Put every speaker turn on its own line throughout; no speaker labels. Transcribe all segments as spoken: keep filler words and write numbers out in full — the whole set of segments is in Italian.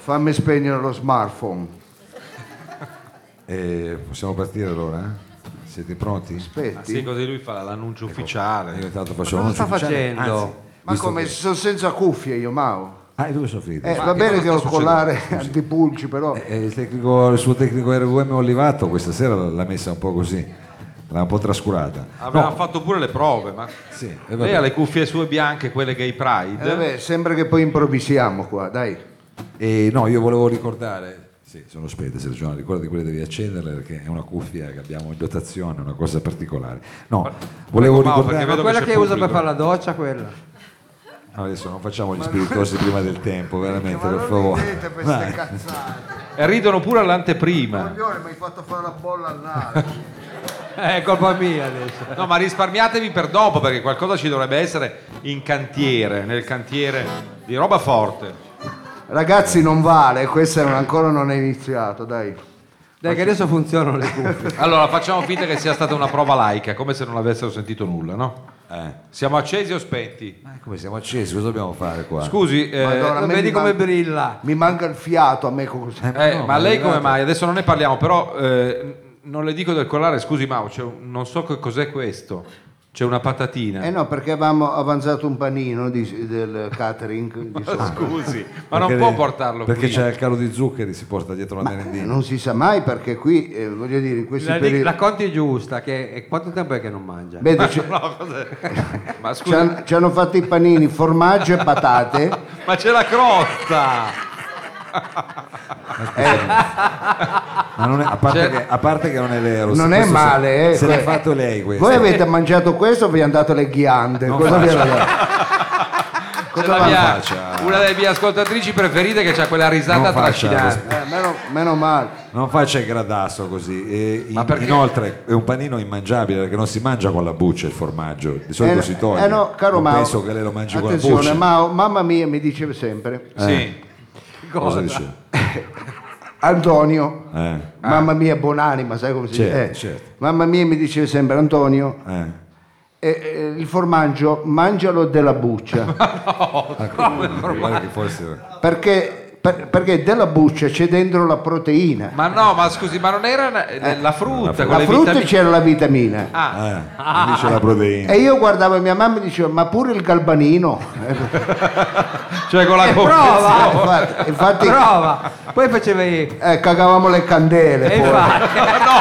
fammi spegnere lo smartphone.
E possiamo partire allora? Eh? Siete pronti?
Aspetti.
Ah, sì, così lui fa l'annuncio ufficiale.
Io intanto faccio
Cosa sta
l'annuncio ufficiale.
facendo?
Anzi,
Ma
visto
come
che-
sono senza cuffie io, Mao?
Ah, e dove sono finito?
Eh,
Ma
va
che
bene
cosa
che ho il
sta
collare
succedendo?
antipulci, però.
Eh, il, tecnico, il suo tecnico R V M Olivato questa sera l'ha messa un po' così, l'ha un po' trascurata.
Avevamo
No,
fatto pure le prove, ma
sì, e vabbè.
lei ha le cuffie sue bianche, quelle Gay Pride.
Eh, vabbè, sembra che poi improvvisiamo qua, dai.
E no, io volevo ricordare, sì, sono spente, se ragione, ricordi quelle devi accenderle perché è una cuffia che abbiamo in dotazione, una cosa particolare. No, volevo
Mao,
ricordare...
perché vedo
Quella
c'è
che usa
pubblico.
per fare la doccia, quella.
No, adesso non facciamo gli spiritosi prima del tempo, veramente,
Ma
per
non
favore.
ridete per queste
Dai.
cazzate.
E ridono pure all'anteprima.
Coglione, mi hai fatto fare la bolla al naso.
È colpa mia adesso.
No, ma risparmiatevi per dopo, perché qualcosa ci dovrebbe essere in cantiere, nel cantiere di roba forte.
Ragazzi, non vale, questo non- ancora non è iniziato, dai.
Dai che adesso funzionano le cuffie.
Allora, facciamo finta che sia stata una prova laica, come se non avessero sentito nulla, no?
Eh.
Siamo accesi o spenti?
Ma come siamo accesi? Cosa dobbiamo fare qua?
Scusi, eh,
Madonna, a
Non
me
vedi
mi
come
manca-
brilla?
Mi manca il fiato a me così.
Eh,
eh,
no,
ma lei
è
come
arrivato.
mai? Adesso non ne parliamo, però eh, non le dico del collare, scusi Mao, c'è un- non so che cos'è questo. C'è una patatina.
Eh no, perché avevamo avanzato un panino di- del catering. Di sopra.
Scusi, ma non
Perché-
può portarlo
Perché
qui.
c'è il calo di zuccheri, si porta dietro una
Eh,
merendina.
non si sa mai perché qui, eh, voglio dire, in questi
La,
periodi...
la conti giusta, che è quanto tempo è che non mangia?
Vedi, ci,
No, cos'è? Ma
ci
scusi,
han- ci hanno fatto i panini, formaggio e patate.
ma c'è la crosta!
Ma non è- a, parte
Cioè-
che, a parte che non è vero.
Non
se
è
questo
male,
se,
eh,
se l'ha
que-
fatto lei questo.
Voi avete mangiato questo o vi hanno dato le ghiande?
Non
Cosa vi
faccia.
hanno dato?
C'è
Cosa
la
va-
mia-
faccia?
una delle mie ascoltatrici preferite che ha quella risata
Non faccia
trascinante.
Eh, meno, meno male.
Non faccia il gradasso così. E
Ma
in-
perché?
Inoltre è un panino immangiabile perché non si mangia con la buccia il formaggio. Di solito
Eh,
si toglie.
eh no, caro
non
Mao,
penso che lei lo mangi con la
attenzione,
buccia.
Mao, mamma mia mi diceva sempre,
Sì.
Cosa dice?
Antonio,
Eh,
mamma mia buonanima, sai come si
Certo,
dice? Eh,
certo.
Mamma mia mi diceva sempre, Antonio,
eh.
eh, eh, il formaggio mangialo della buccia,
Guarda che forse...
perché, per- perché della buccia c'è dentro la proteina.
Ma no, ma scusi, ma non era una- la frutta con
La
le
frutta
vitamine?
c'era la vitamina.
Ah,
Eh, dice la proteina.
E io guardavo mia mamma e dicevo, ma pure il galbanino.
cioè con la
Eh,
confezione.
prova!
infatti, infatti
Prova! Poi facevi...
eh, cagavamo le candele.
E
poi.
infatti,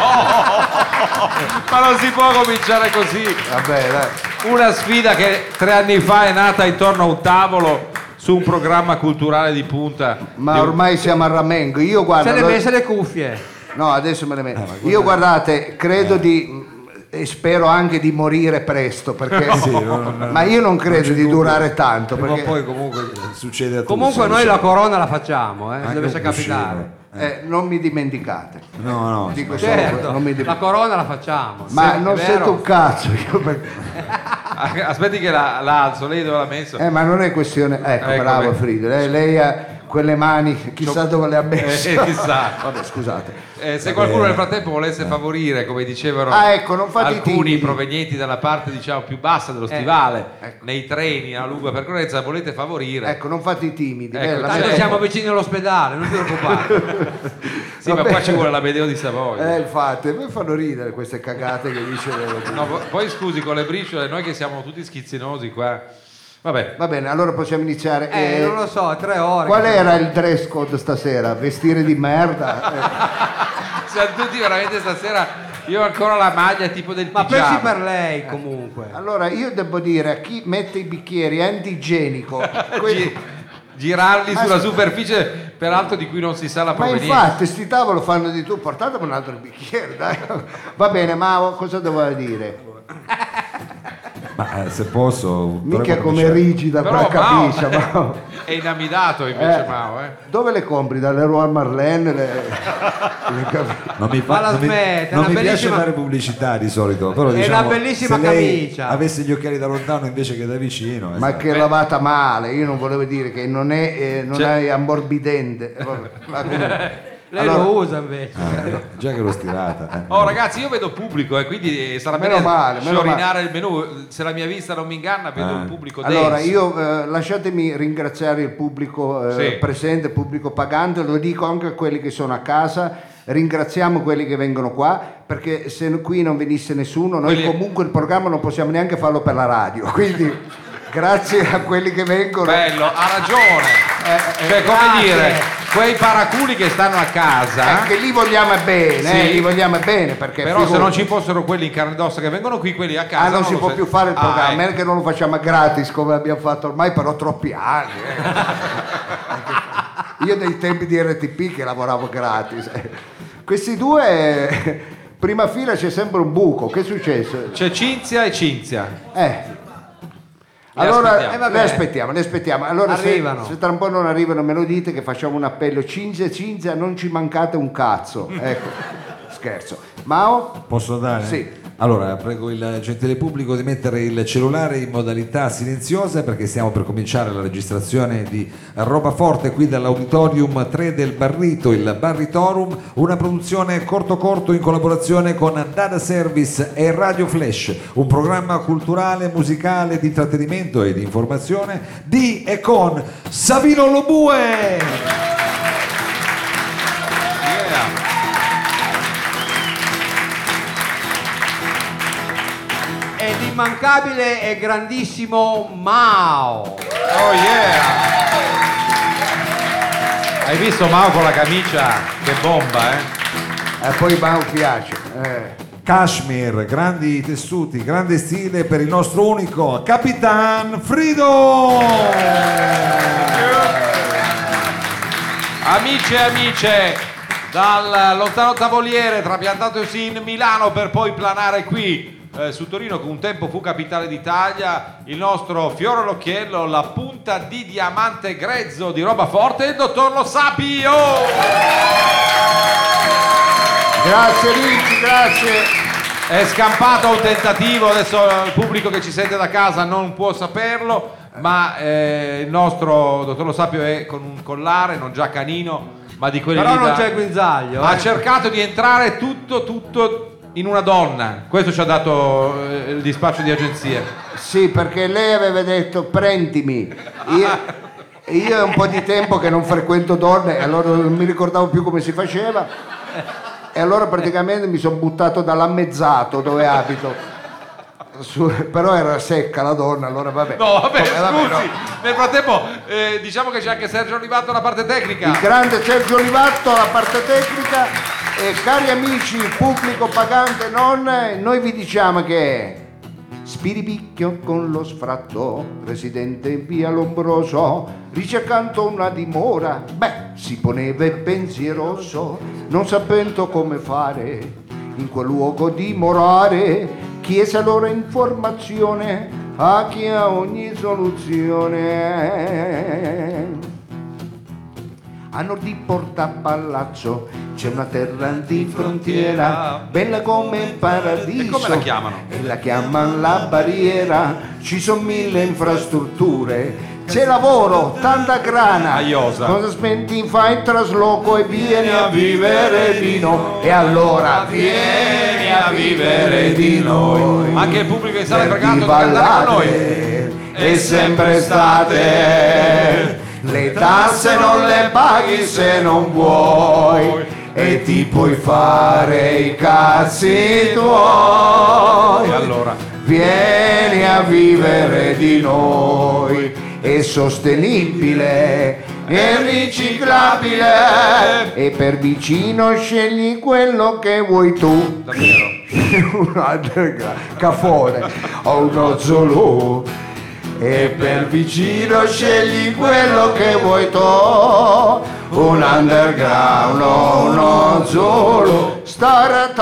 Ma non si può cominciare così.
Vabbè, dai.
Una sfida che tre anni fa è nata intorno a un tavolo su un programma culturale di punta.
Ma
Di un-
ormai siamo a Ramengo. Io guarda,
se le
lo-
messe le cuffie.
no, adesso me le metto. Io guardate, credo di e spero anche di morire presto perché
non-
ma io non credo
c'è
di
dubbio.
durare tanto
Ma
perché
poi comunque succede a tutti.
Comunque noi la corona la facciamo, eh, se
Anche
dovesse
un cuscino.
capitare.
eh, non mi dimenticate.
No, no.
Dico solo,
Certo,
non mi
la
dimenticate.
corona la facciamo.
Ma
Sì,
non
è
sento
vero.
un cazzo io perché-
Aspetti che la, la alzo, lei dove l'ha messo?
eh, ma non è questione ecco,
Ecco,
bravo
beh.
Frido, lei, lei ha quelle mani chissà dove le ha messe.
Eh, chissà.
Vabbè, scusate.
Eh, se qualcuno nel frattempo volesse favorire, come dicevano
Ah, ecco, non fate i
alcuni
timidi.
provenienti dalla parte diciamo più bassa dello stivale,
ecco.
nei treni a lunga percorrenza, volete favorire?
Ecco, non fate i timidi.
Ecco,
eh, la
Tanto
Cioè-
siamo vicini all'ospedale, non ti preoccupare.
Sì, ma
vabbè.
qua ci vuole la Medeo di Savoia.
Eh, infatti, mi fanno ridere queste cagate che dice.
No, po- poi scusi, con le briciole, noi che siamo tutti schizzinosi qua. Vabbè,
Va bene, allora possiamo iniziare.
Eh,
Eh,
non lo so, tre ore.
Qual
che-
era il dress code stasera? Vestire di merda? Eh,
siamo tutti veramente stasera. Io ho ancora la maglia tipo del
Ma pensi
pigiama.
per lei comunque.
allora io devo dire a chi mette i bicchieri antigenico, que-
Gi- girarli sulla
Ah, sì.
superficie, peraltro di cui non si sa la
ma
provenienza.
infatti sti tavolo fanno di tu, portatemi un altro bicchiere, dai. Va bene, ma cosa dovevo dire?
Ma eh, se posso.
Mica
dovremmo
come
cominciare.
rigida
Però
quella
Mao
camicia, Mao.
è inamidato invece
Eh,
Mao, eh.
Dove le compri? Dalle Roi Marlene? Le... le cam-
Non mi,
Ma la
non mi-
smetta, è
non
una
mi piace
bellissima-
fare pubblicità di solito, però
È
diciamo,
una bellissima
se lei
camicia.
avesse gli occhiali da lontano invece che da vicino. eh,
Ma
sa.
che lavata male, io non volevo dire che non è, eh, non
Cioè-
è ammorbidente. Eh, vabbè, ma comunque.
Lei
Allora-
lo usa invece.
Ah, già che l'ho stirata. eh.
Oh ragazzi, io vedo pubblico e quindi sarà
Meno
bene
male, meno
sciorinare il menù. Se la mia vista non mi inganna, vedo
Ah.
un pubblico denso.
Allora, io eh, lasciatemi ringraziare il pubblico eh,
Sì.
presente, il pubblico pagante, lo dico anche a quelli che sono a casa. Ringraziamo quelli che vengono qua, perché se qui non venisse nessuno, noi
Quelli-
comunque il programma non possiamo neanche farlo per la radio. Quindi grazie a quelli che vengono.
Bello, ha ragione.
Eh, eh,
Cioè, come
grazie.
dire, quei paraculi che stanno a casa.
Eh, che li vogliamo bene,
Sì.
eh, li vogliamo bene, perché
Però se
figurati.
non ci fossero quelli in carne ed ossa che vengono qui, quelli a casa
Ah, non si
lo
può
sa-
più fare il
Ah,
programma, a
ecco.
meno che non lo facciamo a gratis come abbiamo fatto ormai però troppi anni. eh. Io dei tempi di R T P che lavoravo gratis. eh. Questi due, prima fila c'è sempre un buco, che è successo?
C'è Cinzia e Cinzia.
Eh.
Le
Allora,
aspettiamo.
eh,
Eh, vabbè.
le aspettiamo, le aspettiamo. Allora, se,
Arrivano.
se tra un po' non arrivano, me lo dite che facciamo un appello. Cinzia, Cinzia, non ci mancate un cazzo. Ecco, scherzo. Mao?
Posso dare?
Sì.
Allora, prego il gentile pubblico di mettere il cellulare in modalità silenziosa perché stiamo per cominciare la registrazione di Roba Forte qui dall'Auditorium tre del Barrito, il Barritorum, una produzione corto corto in collaborazione con Dada Service e Radio Flash, un programma culturale, musicale, di intrattenimento e di informazione di e con Savino Lobue!
Ed immancabile e grandissimo Mao.
Oh yeah! Hai visto Mao con la camicia? Che bomba, eh?
E poi Mao piace. Eh.
Kashmir, grandi tessuti, grande stile per il nostro unico Capitan Frido!
Amici e amiche, dal lontano tavoliere trapiantatosi in Milano per poi planare qui eh, su Torino, che un tempo fu capitale d'Italia, il nostro fiore all'occhiello, la punta di diamante grezzo di Roba Forte, il dottor Lo Sapio!
Grazie Luigi, grazie.
È scampato un tentativo, adesso il pubblico che ci sente da casa non può saperlo, ma eh, il nostro dottor Lo Sapio è con un collare, non già canino, ma di quelli
Però
lì
non
da-
c'è il guinzaglio.
ha
eh.
cercato di entrare tutto tutto in una donna. Questo ci ha dato eh, il dispaccio di agenzie.
Sì, perché lei aveva detto prendimi. Io, io è un po' di tempo che non frequento donne, e allora non mi ricordavo più come si faceva. E allora praticamente mi sono buttato dall'ammezzato dove abito. Su- però era secca la donna, allora vabbè.
No, vabbè,
Eh,
scusi.
vabbè, no.
Nel frattempo eh, diciamo che c'è anche Sergio Olivato alla parte tecnica.
Il grande Sergio Olivatto alla parte tecnica. E cari amici, pubblico pagante non, noi vi diciamo che Spiripicchio con lo sfratto, residente in via Lombroso, ricercando una dimora, beh, si poneva pensieroso, non sapendo come fare, in quel luogo dimorare, chiese allora informazione a chi ha ogni soluzione. A nord di Porta Palazzo c'è una terra di frontiera, bella come il paradiso.
E come la chiamano?
E la chiamano la barriera, ci sono mille infrastrutture, c'è lavoro, tanta grana.
Aiosa.
Cosa smetti, fai il trasloco e vieni a vivere di noi. E allora vieni a vivere di noi.
Anche il pubblico in sala è
Per
pregato
chi
di cantare con noi.
ballate è sempre estate. Le tasse non le paghi se non vuoi e ti puoi fare i cazzi tuoi.
E allora?
Vieni a vivere di noi, è sostenibile, è riciclabile e per vicino scegli quello che vuoi tu.
Davvero?
Un underground, Cafone o uno Zulu. E per vicino scegli quello che vuoi tu, un underground o uno Zulu, startup,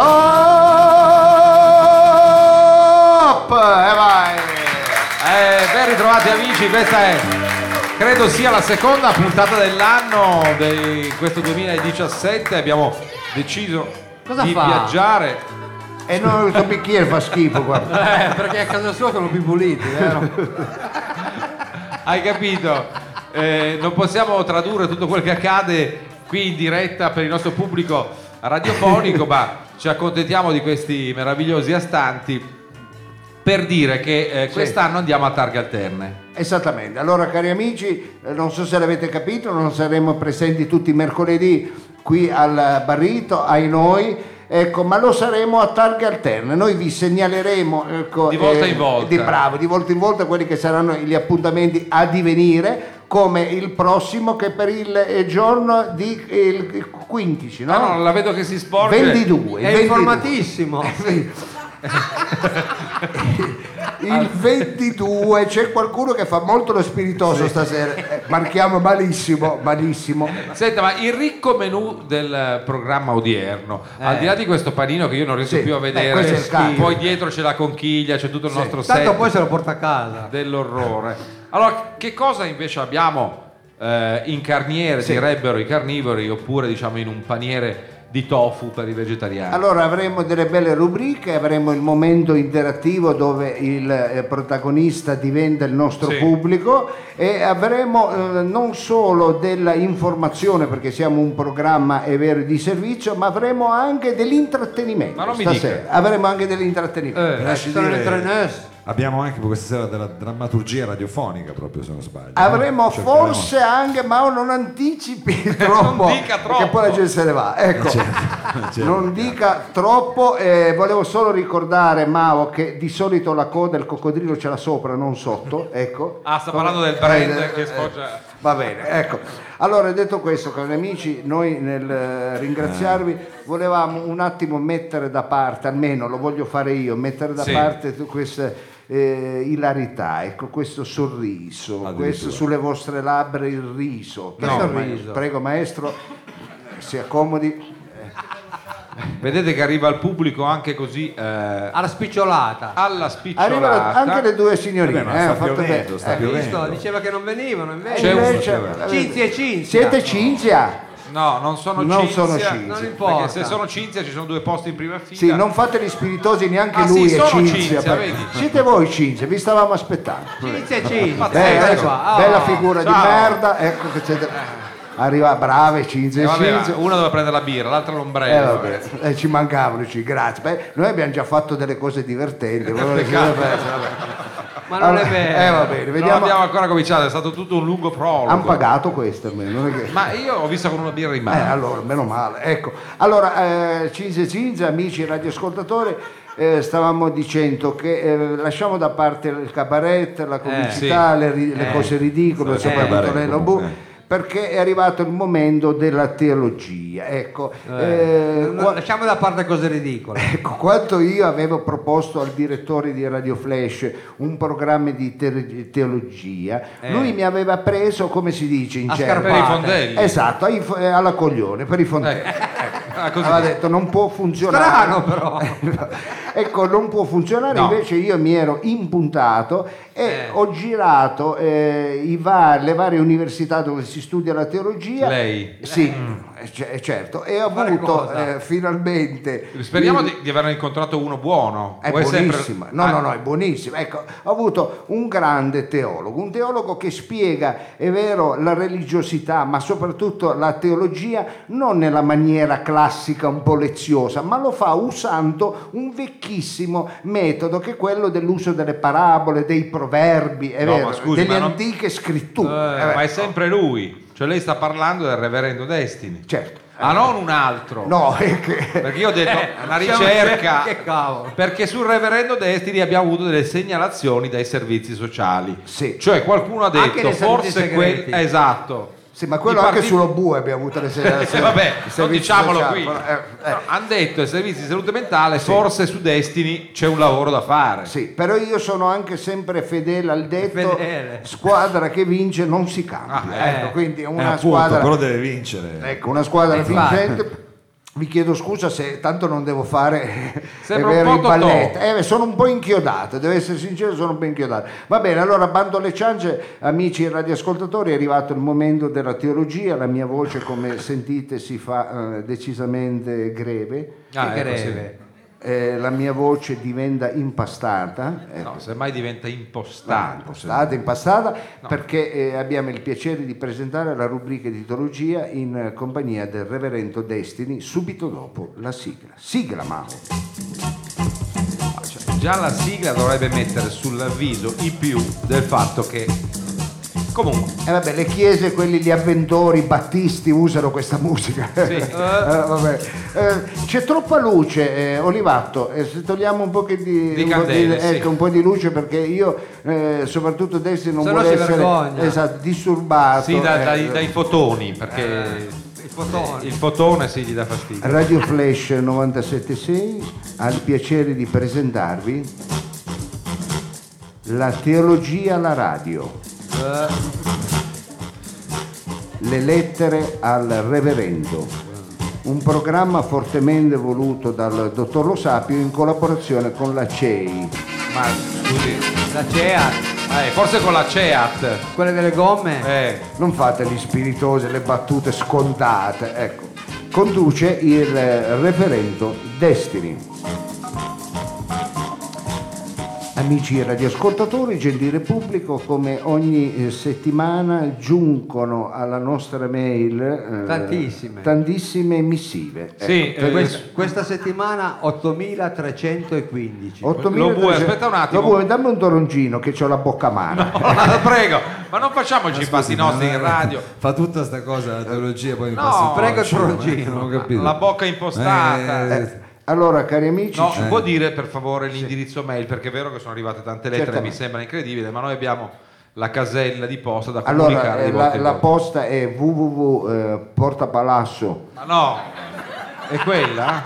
e vai!
Eh, ben ritrovati amici, questa è credo sia la seconda puntata dell'anno di questo duemiladiciassette, abbiamo deciso
Cosa
di
fa?
viaggiare.
E non questo bicchiere fa schifo, guarda.
Eh, perché a casa sua sono più puliti, vero?
Hai capito? Eh, non possiamo tradurre tutto quel che accade qui in diretta per il nostro pubblico radiofonico, ma ci accontentiamo di questi meravigliosi astanti per dire che eh, quest'anno andiamo a targhe alterne.
Esattamente, allora cari amici, eh, non so se l'avete capito, non saremo presenti tutti i mercoledì qui al Barrito, ai noi, ecco, ma lo saremo a targhe alterne. Noi vi segnaleremo, ecco,
di volta
eh,
in volta,
di, bravo, di volta in volta quelli che saranno gli appuntamenti a divenire, come il prossimo che per il eh, giorno di eh, il quindici, no?
No, no, la vedo che si sporge.
ventidue,
È
ventidue.
informatissimo.
Il ventidue c'è qualcuno che fa molto lo spiritoso stasera, eh, marchiamo malissimo, malissimo.
Senta, ma il ricco menù del programma odierno,
Eh.
al di là di questo panino che io non riesco
Sì.
più a
Eh,
vedere,
questo è il caso.
poi dietro c'è la conchiglia, c'è tutto il nostro set
Tanto poi se lo porta a casa.
dell'orrore. Allora, che cosa invece abbiamo eh, in carniere,
Sì.
direbbero i carnivori, oppure diciamo in un paniere di tofu per i vegetariani?
Allora avremo delle belle rubriche, avremo il momento interattivo dove il eh, protagonista diventa il nostro
Sì.
pubblico, e avremo eh, non solo della informazione, perché siamo un programma è vero di servizio, ma avremo anche dell'intrattenimento.
Ma non mi
stasera.
dica.
Avremo anche dell'intrattenimento.
Eh,
lasci
sono
dire-
le tre N E S.
Abbiamo anche questa sera della drammaturgia radiofonica, proprio se non sbaglio.
Avremo
Cercheremo-
forse anche, ma non anticipi troppo,
Non dica troppo.
perché poi la gente se ne va. Ecco,
certo.
non dica troppo. Eh, volevo solo ricordare, Mao, che di solito la coda del coccodrillo ce l'ha sopra, non sotto. Ecco.
Ah, sta parlando del brand
Eh,
che
eh,
sfoggia.
Va bene, ecco. Allora, detto questo, cari amici, noi nel eh, ringraziarvi volevamo un attimo mettere da parte, almeno lo voglio fare io, mettere da
Sì.
parte tu- queste eh, ilarità, ecco, questo sorriso,
Addirittura.
questo sulle vostre labbra il riso.
Che
Prego,
sorriso?
ma- prego maestro, si accomodi.
Vedete che arriva al pubblico anche così eh,
Alla spicciolata.
alla
Arrivano
spicciolata.
anche le due signorine,
Vabbè, ma
eh,
sta
ho fatto
piovendo,
bene.
sta
Eh,
Hai visto?
piovendo.
Diceva che non venivano invece.
C'è un-
invece-
Cinzia e Cinzia.
Siete Cinzia?
No, non sono
Non
Cinzia.
sono Cinzia.
Non importa.
Perché se sono Cinzia ci sono due posti in prima fila.
Sì, non fate gli spiritosi, neanche
Ah,
lui
sì,
è
sono
Cinzia.
Cinzia,
per-
vedi?
Siete voi Cinzia, vi stavamo aspettando.
Cinzia e Cinzia.
Bella,
Ecco
ecco,
qua. Oh.
bella figura
ciao.
di merda, ecco che siete. Arriva brave Cinzia
Eh,
e
vabbè,
Cinzia.
una doveva prendere la birra, l'altra
Eh,
l'ombrello.
vabbè, eh, ci mancavano, ci, grazie. Beh, noi abbiamo già fatto delle cose divertenti. volevo dire,
Peccato.
vabbè, vabbè.
Ma non è
Allora,
vero.
Eh, va bene,
Non
vediamo.
abbiamo ancora cominciato, è stato tutto un lungo prologo.
Hanno pagato questo almeno, non è che-
Ma io ho visto con una birra in
Eh,
mano.
allora, meno male. Ecco, allora, eh, Cinzia e Cinzia, amici radioascoltatori, eh, stavamo dicendo che eh, lasciamo da parte il cabaret, la comicità,
sì.
le, ri- le
Eh,
cose ridicole,
sì,
soprattutto
cabaret,
le Lobù,
eh.
perché è arrivato il momento della teologia. Ecco, eh,
No,
qua-
lasciamo da parte cose ridicole.
ecco, quando io avevo proposto al direttore di Radio Flash un programma di te- teologia,
Eh.
lui mi aveva preso, come si dice in
A
gergo?
Per i
scarpate.
fondelli.
Esatto, ai fo- eh, alla coglione, per i fondelli.
Ah, così.
Aveva detto non può funzionare.
Strano però.
Ecco, non può funzionare,
No.
invece io mi ero impuntato e
Eh.
ho girato eh, i va- le varie università dove si studia la teologia.
Lei?
Sì, eh, c- certo, e ho
Fare
avuto
cosa?
eh, finalmente...
Speriamo
il-
di, di aver incontrato uno buono.
È
O è sempre-
buonissima, no,
Ah,
no, no, è buonissima. Ecco, ho avuto un grande teologo, un teologo che spiega, è vero, la religiosità, ma soprattutto la teologia, non nella maniera classica un po' leziosa, ma lo fa usando un vecchissimo metodo che è quello dell'uso delle parabole, dei proverbi, è
No,
vero,
ma scusi,
delle
ma non-
antiche
eh,
scritture. Eh, beh,
ma è sempre lui. Cioè lei sta parlando del reverendo Destiny.
certo.
Ah, non un altro.
No, è che...
Perché io ho detto
Eh,
una
diciamo
ricerca.
che- che cavolo.
Perché sul reverendo Destiny abbiamo avuto delle segnalazioni dai servizi sociali.
Sì.
Cioè qualcuno ha
Anche
detto
nei servizi
forse quel
segreti.
esatto.
Sì, ma quello
I
anche
partiti-
sullo bue abbiamo avuto le
Eh,
segnalazioni.
vabbè,
I
non
servizi
diciamolo
sociali,
qui.
però, eh, eh.
Hanno detto ai servizi di salute mentale forse su Destiny c'è un lavoro da fare.
Sì, però io sono anche sempre fedele al detto
Fedele.
squadra che vince non si cambia.
Ah,
ecco,
eh.
quindi
Eh,
una
appunto,
squadra,
però deve vincere.
ecco, una squadra
Infatti.
vincente. Vi chiedo scusa se tanto non devo fare
Sembra
è vero,
un
i
po'
balletti.
Totò.
Eh, sono un po' inchiodato, devo essere sincero, sono un po' inchiodato. Va bene, allora bando alle ciance, amici radioascoltatori, è arrivato il momento della teologia, la mia voce come sentite si fa eh, decisamente greve.
Ah,
Che
ecco, sì.
greve.
eh, la mia voce diventa impastata. Ecco.
No, semmai diventa impostata.
Impostata, impastata, no. Perché eh, abbiamo il piacere di presentare la rubrica di teologia in eh, compagnia del reverendo Destini, subito dopo la sigla. Sigla, Mao.
Cioè, già la sigla dovrebbe mettere sull'avviso i più del fatto che comunque
eh vabbè, le chiese, quelli gli avventori, i battisti usano questa musica. Sì. eh, vabbè. Eh, c'è troppa luce, eh, Olivatto, eh, se togliamo un po' che di,
di
un,
candele,
po di, ecco,
sì.
un po' di luce, perché io eh, soprattutto adesso non
se
vuole
no
essere esatto, disturbato.
Sì, da,
eh,
dai, dai fotoni, perché
eh, il fotone,
il fotone sì, gli dà fastidio.
Radio Flash novantasette sei ha il piacere di presentarvi la teologia alla radio. Le lettere al reverendo, un programma fortemente voluto dal dottor Lo Sapio in collaborazione con la C E I.
Ma scusi,
la CEAT,
eh, forse con la CEAT.
quelle delle gomme.
Eh.
Non fate gli spiritosi, le battute scontate. Ecco, conduce il reverendo Destini. Amici radioascoltatori, gentile pubblico, come ogni eh, settimana giungono alla nostra mail eh,
Tantissime.
tantissime missive.
Sì,
ecco,
eh,
Questa, questa settimana ottomilatrecentoquindici.
Lo vuoi? Aspetta un attimo.
Lo vuoi? Dammi un toroncino che ho la bocca amara.
No, prego, ma non facciamoci i fatti nostri in radio.
Fa tutta sta cosa la teologia, poi mi
No,
passa il
prego il
porcino,
toroncino.
eh, non ho capito.
La bocca impostata.
Eh,
Eh, allora, cari amici,
No,
ci-
può dire per favore l'indirizzo mail, perché è vero che sono arrivate tante lettere,
Certamente.
mi sembra incredibile, ma noi abbiamo la casella di posta da
allora
comunicare
eh,
di
la,
volta in
la
volta.
posta è w w w punto portapalazzo
Ma no, è quella?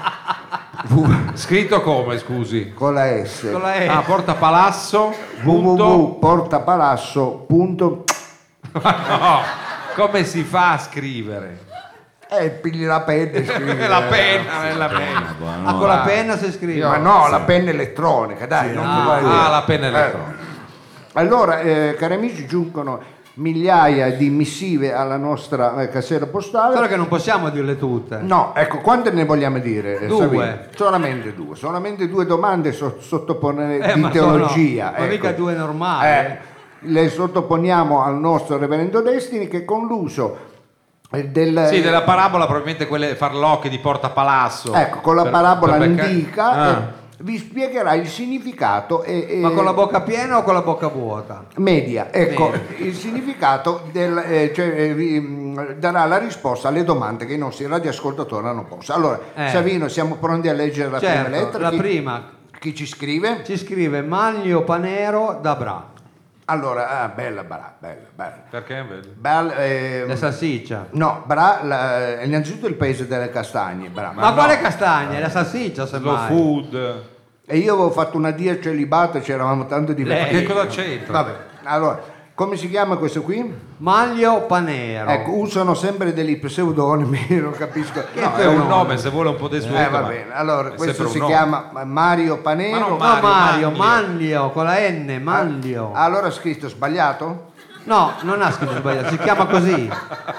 Scritto come, scusi?
con la S.
Con la E.
Ah, Porta Palazzo.
w w w
punto-
punto portapalazzo punto
Ma no, come si fa a scrivere?
Eh, pigli la penna e scrivi.
la penna, nella penna.
Ah, con la penna si scrive.
Ma no, la penna elettronica, dai. non ti vai a dire.
Ah, la penna
Eh,
elettronica.
Allora, eh, cari amici, giungono migliaia di missive alla nostra eh, casella postale.
Solo che non possiamo dirle tutte.
No, ecco, quante ne vogliamo dire? eh,
Due.
Savino? Solamente due, solamente due domande so- sottoponere
Eh,
di
ma
teologia.
sono- ma mica due normali.
Eh, le sottoponiamo al nostro reverendo Destini, che con l'uso eh, del...
Sì, della parabola probabilmente quelle farlocche di Porta Palazzo.
Ecco, con la
Per-
parabola
per becca-
antica
Ah.
eh, vi spiegherà il significato e, e-
Ma con la bocca piena o con la bocca vuota?
media, ecco,
Media.
il significato del, eh, cioè, eh, vi, mh, darà la risposta alle domande che i nostri radioascoltatori hanno posto. Allora,
Eh.
Savino, siamo pronti a leggere la
Certo,
prima lettera?
la
Chi-
prima
Chi ci scrive?
ci scrive Maglio Panero da Bra.
Allora, ah, bella, bella, bella, bella.
Perché?
Bel, ehm,
La salsiccia.
no, Bra, la- innanzitutto il paese delle castagne, Bra.
Ma,
no.
quale castagne? La salsiccia
Slow
semmai.
food.
E io avevo fatto una dia celibato, c'eravamo tanto divertiti.
Che cosa c'entra?
Vabbè, allora, come si chiama questo qui?
Maglio Panero.
Ecco, usano sempre degli pseudonimi, non capisco.
No, è un nome, se vuole un po' desueto.
Eh, va
ma
bene, allora
è
questo
sempre
si
un nome.
chiama Mario Panero.
Ma non
No,
Mario,
Mario,
Manlio.
Manlio, con la N, Manlio.
Ah, allora ha scritto sbagliato?
No, non ha scritto sbagliato, si chiama così.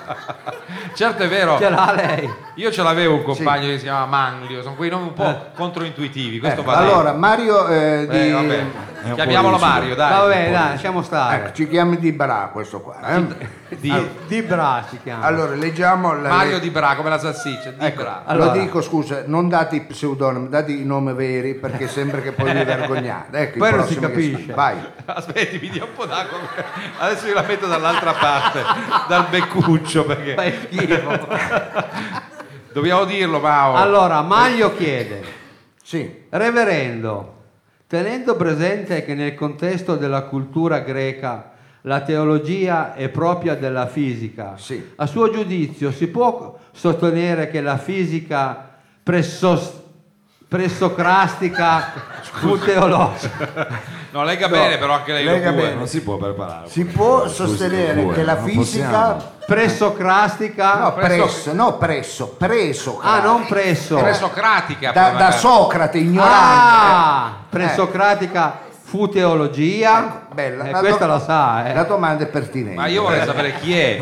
Certo è vero,
Ce l'ha lei.
io ce l'avevo un compagno che si chiama Manlio, sono quei nomi un po'
Eh.
controintuitivi, questo
Ecco,
va bene.
allora, Mario eh, di...
Eh, vabbè.
un po'
Chiamiamolo
rigido.
Mario, dai.
Vabbè, dai, lasciamo stare.
ecco, ci chiami di Bra questo qua. eh?
Di
Di Bra si chiama.
Allora, leggiamo... La,
Mario Di Bra, come la salsiccia, Di
Ecco,
Bra.
Allora.
lo dico, scusa, non date i pseudonimi, date i nomi veri perché sembra che poi vi vergognate. Ecco, i
Poi non si
prossimi che
capisce.
stanno. Vai.
Aspetti, mi dia un po' d'acqua. Adesso io la metto dall'altra parte, dal beccuccio, perché
Fai schifo.
dobbiamo dirlo, Mao.
Allora, Maglio chiede:
Sì.
Reverendo, tenendo presente che nel contesto della cultura greca la teologia è propria della fisica,
Sì.
a suo giudizio si può sostenere che la fisica presso, pressocrastica fu teologica?
No, legga bene, però anche lei
Lega
lo può.
bene.
Non si può preparare.
Si può sostenere
due,
che la
non
fisica...
possiamo.
Pressocrastica?
No,
presso-
presso, no, presso, preso.
ah, non presso.
Presocratica.
Da,
poi
da
magari.
Socrate, ignorante.
Ah,
Eh.
pressocratica fu teologia.
Ecco, bella.
Eh,
La
questa
do-
la sa, eh.
La domanda è pertinente.
Ma io vorrei sapere chi è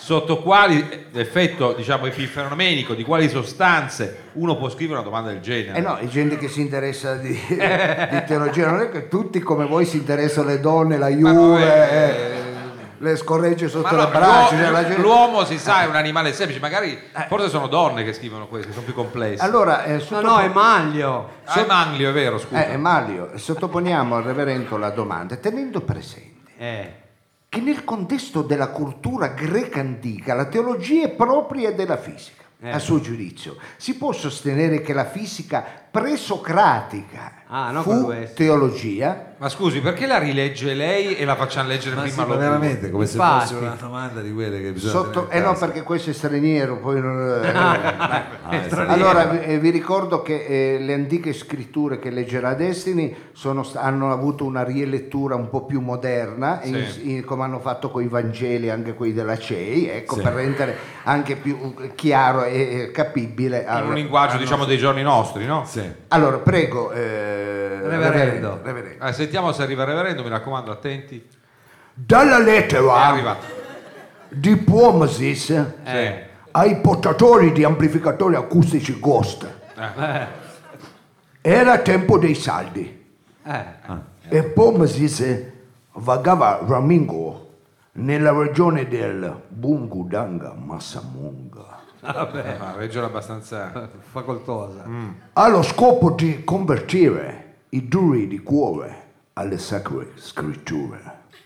sotto quali effetto, diciamo, epifenomenico, di quali sostanze uno può scrivere una domanda del genere.
Eh no, è gente che si interessa di, di teologia, non è che tutti come voi si interessano le donne, la
Ma no,
Juve,
eh,
eh, le scorregge sotto
Ma no,
le braccia.
l'uo-
cioè la gente-
l'uomo si sa è un animale semplice, magari forse sono donne che scrivono queste, sono più complesse.
Allora, eh,
No,
sottopo-
no, è Maglio.
ah, è Manlio, è vero, scusa.
eh, eh, Mario, sottoponiamo al reverendo la domanda, tenendo presente
Eh.
che nel contesto della cultura greca antica la teologia è propria della fisica.
Eh.
A suo giudizio, si può sostenere che la fisica presocratica
Ah, non
fu
quello è-
teologia?
Ma scusi, perché la rilegge lei e la facciamo leggere
Ma
prima
sì, ma
loro?
veramente come se
Infatti.
fosse una domanda di quelle che bisogna
Sotto,
tenere
eh
in
no,
tasca.
perché questo è straniero, poi non- eh,
Ah, è straniero.
allora vi, eh, vi ricordo che eh, le antiche scritture che leggerà Destiny sono st- hanno avuto una rilettura un po' più moderna,
Sì.
in- in- come hanno fatto con i Vangeli, anche quelli della C E I, ecco,
Sì.
per rendere anche più chiaro e e capibile.
In
al-
un linguaggio,
al
diciamo,
nostro-
dei giorni nostri, no?
Sì.
Allora, prego, eh,
Reverendo.
reverendo.
Eh, sentiamo se arriva il reverendo, mi raccomando, attenti.
Dalla
È
lettera
arrivato.
di Puomasis
Sì.
ai portatori di amplificatori acustici Ghost,
Eh.
era tempo dei saldi.
Eh.
E Puomasis vagava ramingo nella regione del Bungudanga Massamunga
Ah, regione abbastanza...
Facoltosa.
allo scopo di convertire i duri di cuore alle sacre scritture.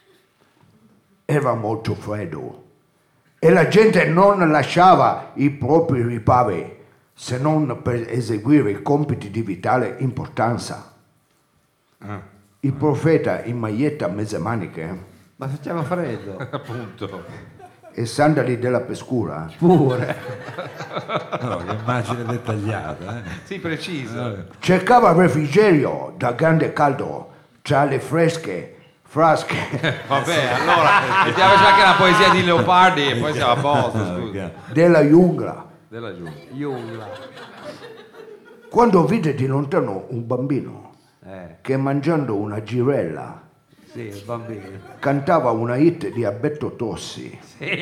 Era molto freddo e la gente non lasciava i propri ripari se non per eseguire i compiti di vitale importanza. Il profeta in maglietta a mezze maniche
Ma faceva freddo.
appunto.
e sandali della pescura
Pure.
No, che immagine dettagliata. Eh.
Sì, preciso.
cercava refrigerio da grande caldo tra le fresche frasche
Vabbè, allora mettiamoci anche la poesia di Leopardi e poi siamo a posto, scusa.
Ok.
della giungla.
Della giungla.
Iungla.
Quando vide di lontano un bambino
Eh.
che mangiando una girella
Sì, il bambino.
cantava una hit di Alberto Tossi,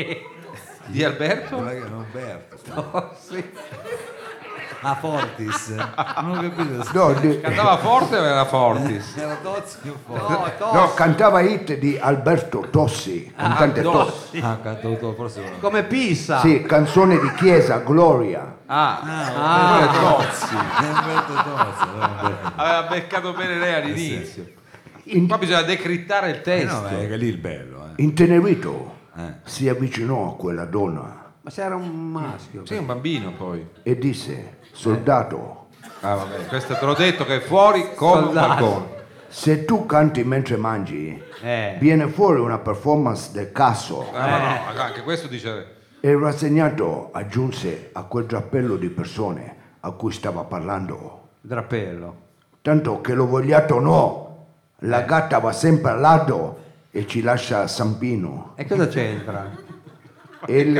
Di Alberto?
Non è che non Berto.
Oh, sì.
Ah, Fortis. Non ho capito.
no, di-
Cantava forte o era Fortis?
Era Tozzi o Fortis?
No, Tossi.
no, cantava hit di Alberto Tossi, cantante Tossi.
Ah, cantato forse no.
Come Pisa.
Sì, canzone di chiesa, Gloria.
Ah,
Ah, è Tozzi. È Umberto Tozzi. no, Umberto.
aveva beccato bene lei all'inizio.
In-
Qua bisogna decrittare il
Eh
testo.
no, ma è che lì il bello. Eh.
Intenerito
Eh.
si avvicinò a quella donna
Ma se era un maschio.
Sei un bambino poi.
e disse: soldato,
Ah vabbè, questo te l'ho detto che è fuori come un
Soldato.
balcone.
se tu canti mentre mangi,
Eh.
viene fuori una performance del cazzo.
Ah, ma no, anche questo dice...
E rassegnato aggiunse a quel drappello di persone a cui stava parlando:
Drappello.
tanto che lo vogliate o no, la gatta va sempre al lato e ci lascia a Sampino.
E cosa c'entra?
E, le-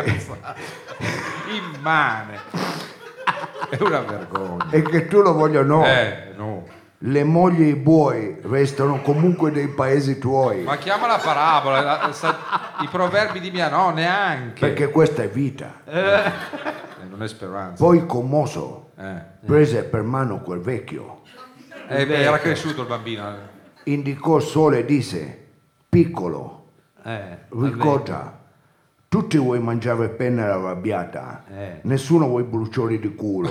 Immane. È una vergogna.
e che tu lo voglia o no,
Eh, no.
le mogli e i buoi restano comunque nei paesi tuoi,
Ma chiama la parabola, la- sa- i proverbi di mia nonna neanche.
perché questa è vita.
Eh, non è speranza.
Poi commosso
Eh.
prese per mano quel vecchio,
Eh, beh, era cresciuto il bambino.
indicò il sole e disse: piccolo,
Eh.
ricorda, tutti vuoi mangiare penna arrabbiata,
Eh.
nessuno vuoi bruciori di culo.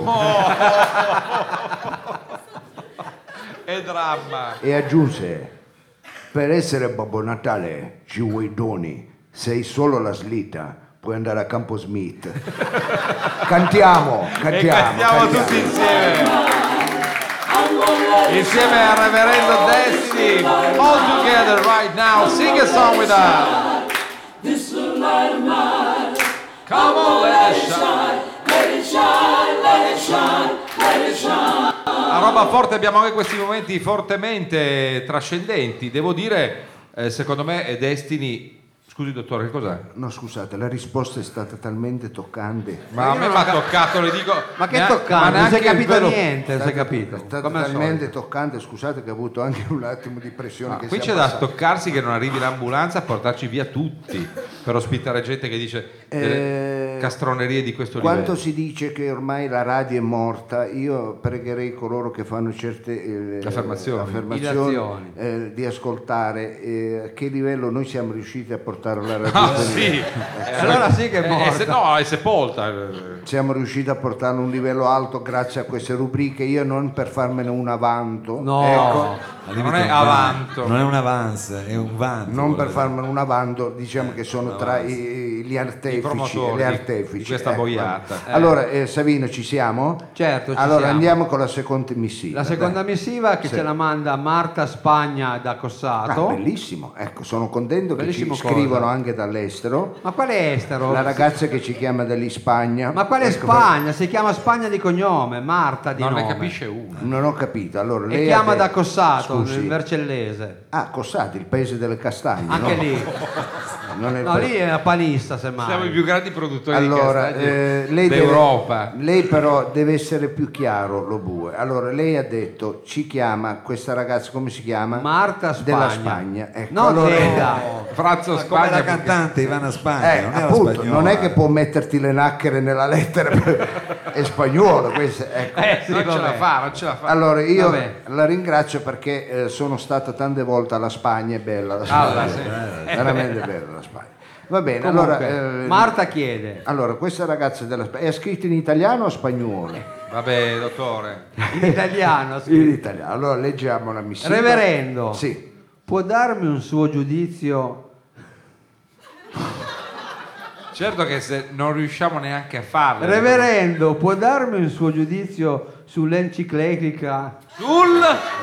È dramma.
E aggiunse: per essere Babbo Natale ci vuoi doni, sei solo la slitta, puoi andare a Campo Smith. Cantiamo,
E
cantiamo,
cantiamo
cantiamo.
tutti insieme. Insieme al reverendo Destiny. All together right now. Sing a song with us.
This little light of mine,
Come on, let it shine.
let it shine, let it shine, let it shine.
A Roba Forte abbiamo anche questi momenti fortemente trascendenti. Devo dire, eh, secondo me, eh, Destiny, Scusi dottore, che cos'è?
No, scusate, la risposta è stata talmente toccante.
Ma a me mi ha toccato, le dico.
Ma che
neanche-
toccante,
ma
non si è
neanche il
capito
velo-
niente, non si è capito.
È stata
Come al
talmente
solito.
toccante, scusate che ho avuto anche un attimo di pressione.
Ma
che
qui c'è
siamo
da
passati.
stoccarsi che non arrivi l'ambulanza a portarci via tutti per ospitare gente che dice delle
Eh,
castronerie di questo
Quanto
livello.
si dice che ormai la radio è morta, io pregherei coloro che fanno certe eh,
Affermazioni.
affermazioni,
Illazioni.
eh, di ascoltare eh, a che livello noi siamo riusciti a portare la radio.
Ah sì,
Allora sì che è
Eh,
morta.
è se- no, è sepolta.
Siamo riusciti a portarlo a un livello alto grazie a queste rubriche. Io non per farmene un avanto,
No,
ecco,
Al
Non
limite
è
un van-
avanto.
Non è un avance, è un vanto.
non per
vuole
farmene un avanto, diciamo che sono tra i, gli
I
artefici,
promotori
le artefici
di questa
ecco.
boiata.
Allora, eh, Savino, ci siamo?
Certo, ci
Allora
siamo.
andiamo con la seconda missiva.
La seconda
dai.
missiva che
Sì.
ce la manda Marta Spagna da
Ah,
Cossato.
bellissimo, ecco, sono contento che
Bellissimo
ci
cosa.
scrivono anche dall'estero.
Ma quale estero?
La ragazza che ci chiama dall'Ispagna.
Ma quale
ecco,
Spagna? Si chiama Spagna di cognome, Marta di
Non
nome.
ne capisce una.
Non ho capito. Allora, lei
E
ha
chiama
detto-
da Cossato,
Scusi.
nel Vercellese.
Ah, Cossati, il paese delle castagne.
Anche
no?
lì.
Non è il
No,
paese-
lì è una panista, semmai.
Siamo i più grandi produttori
Allora,
di castagni
eh, lei, deve-
d'Europa.
lei però deve essere più chiaro, lo bue. Allora, lei ha detto, ci chiama questa ragazza, come si chiama?
Marta Spagna.
Della Spagna. Ecco,
No,
allora-
Della.
Frazzo
Ma come
Spagna.
la
perché-
cantante Ivana Spagna,
Eh,
non è la
appunto,
spagnola.
non è che può metterti le nacchere nella lettera, è spagnolo questo, ecco.
Eh, sì,
non ce la
vabbè.
fa, non ce la fa.
Allora io
Vabbè.
la ringrazio perché eh, sono stata tante volte alla Spagna, è bella la Spagna,
Ah, sì.
è veramente bella la Spagna. Va bene,
Comunque,
allora eh,
Marta chiede.
allora questa ragazza della Spagna è scritta in italiano o spagnolo?
Vabbè, dottore.
In italiano. sì.
In italiano. Allora leggiamo la missiva.
Reverendo,
Sì.
può darmi un suo giudizio?
Certo che se non riusciamo neanche a farlo.
Reverendo, può darmi un suo giudizio sull'enciclica?
Sul...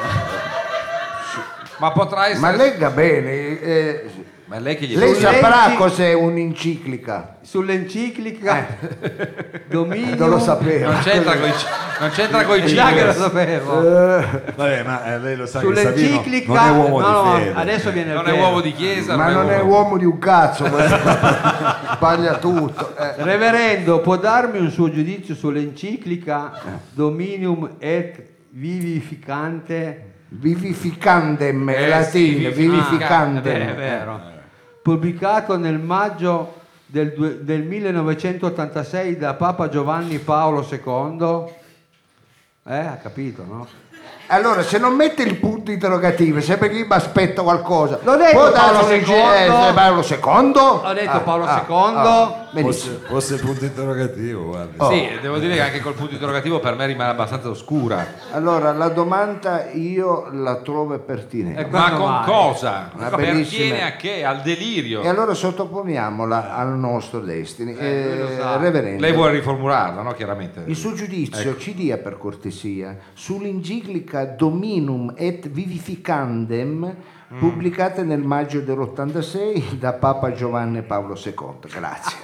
Ma potrà essere...
Ma legga bene, eh,
Ma è lei che gli
lei
Sull'enci-
saprà cos'è un'enciclica?
Sull'enciclica Dominio?
Non lo sapevo.
Non c'entra con i non c'entra coi
Già che lo
cicli.
sapevo.
Vabbè, ma eh, lei lo sa che Savino
Sull'enciclica
non è uomo
no, no,
di fede.
adesso viene
Non
il
è
vero.
uomo di chiesa,
Ma non è
uomo-
uomo di un cazzo, ma sbaglia tutto. eh.
Reverendo, può darmi un suo giudizio sull'enciclica Dominium et Vivificante?
Vivificandem,
Eh,
è latino,
sì,
Ah,
vivificandem.
eh, è vero. Pubblicato nel maggio del, due- del millenovecentottantasei da Papa Giovanni Paolo secondo. Eh, ha capito, no?
Allora, se non mette il punto interrogativo, sempre che io mi aspetto qualcosa.
L'ho detto,
Può darsi
Paolo
un- eh,
secondo.
eh, Paolo secondo?
Ho detto Paolo secondo.
ah, benissimo.
Fosse, fosse il punto interrogativo, guardi.
Oh.
Sì, devo dire che anche col punto interrogativo per me rimane abbastanza oscura.
Allora, la domanda io la trovo pertinente.
Ecco.
Ma
Quanto
con
mai?
cosa?
Una
Pertiene
bellissima-
a che? Al delirio.
E allora sottoponiamola al nostro destiny.
Eh, lui lo
Eh,
sa.
reverendo,
Lei vuole riformularla, no? Chiaramente.
il suo giudizio ci dia per cortesia sull'enciclica Dominum et Vivificandem pubblicata nel maggio dell'ottantasei da Papa Giovanni Paolo secondo. Grazie.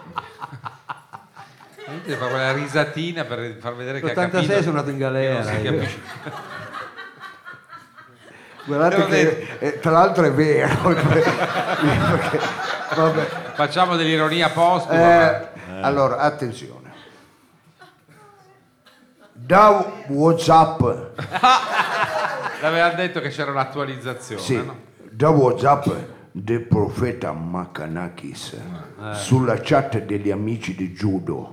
Deve fare una risatina per far vedere che ha capito.
l'ottantasei sono andato in galera.
Non si
io.
capisce.
Guardate
Devo
che eh, tra l'altro è vero. Perché- vabbè.
Facciamo dell'ironia postuma.
Eh, allora, attenzione. Da WhatsApp,
L'aveva detto che c'era un'attualizzazione,
sì,
no?
da WhatsApp del profeta Makanakis sulla chat degli amici di Judo.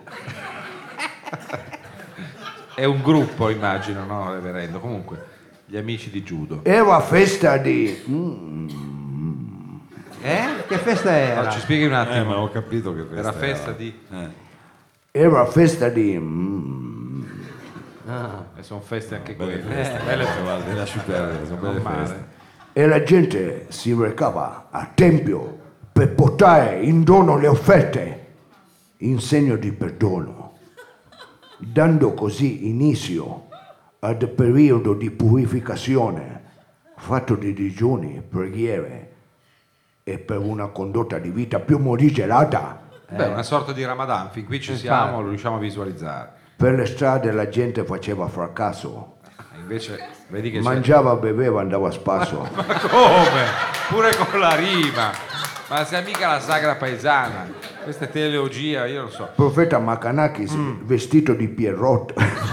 È un gruppo, immagino, no, reverendo? Comunque, gli amici di Giudo.
Era festa di... mm,
Eh? Che festa era?
No, ci spieghi un
Eh,
attimo.
ma ho capito che questa
Era festa di...
Eh.
era festa di... mm,
E sono feste anche
Belle
quelle.
feste,
Belle
eh, guardi, lasci perdere, sono belle
male.
feste.
e la gente si recava a tempio per portare in dono le offerte in segno di perdono, dando così inizio al periodo di purificazione fatto di digiuni, preghiere e per una condotta di vita più morigerata.
Beh, una sorta di Ramadan, fin qui ci
Infatti.
siamo, lo riusciamo a visualizzare.
Per le strade la gente faceva fracasso,
Invece, vedi che c'è...
mangiava, beveva, andava a spasso.
Ma come? Pure con la rima. Ma sei mica la sagra paesana, questa è teleologia, io non so.
Profeta Makanakis vestito di Pierrot.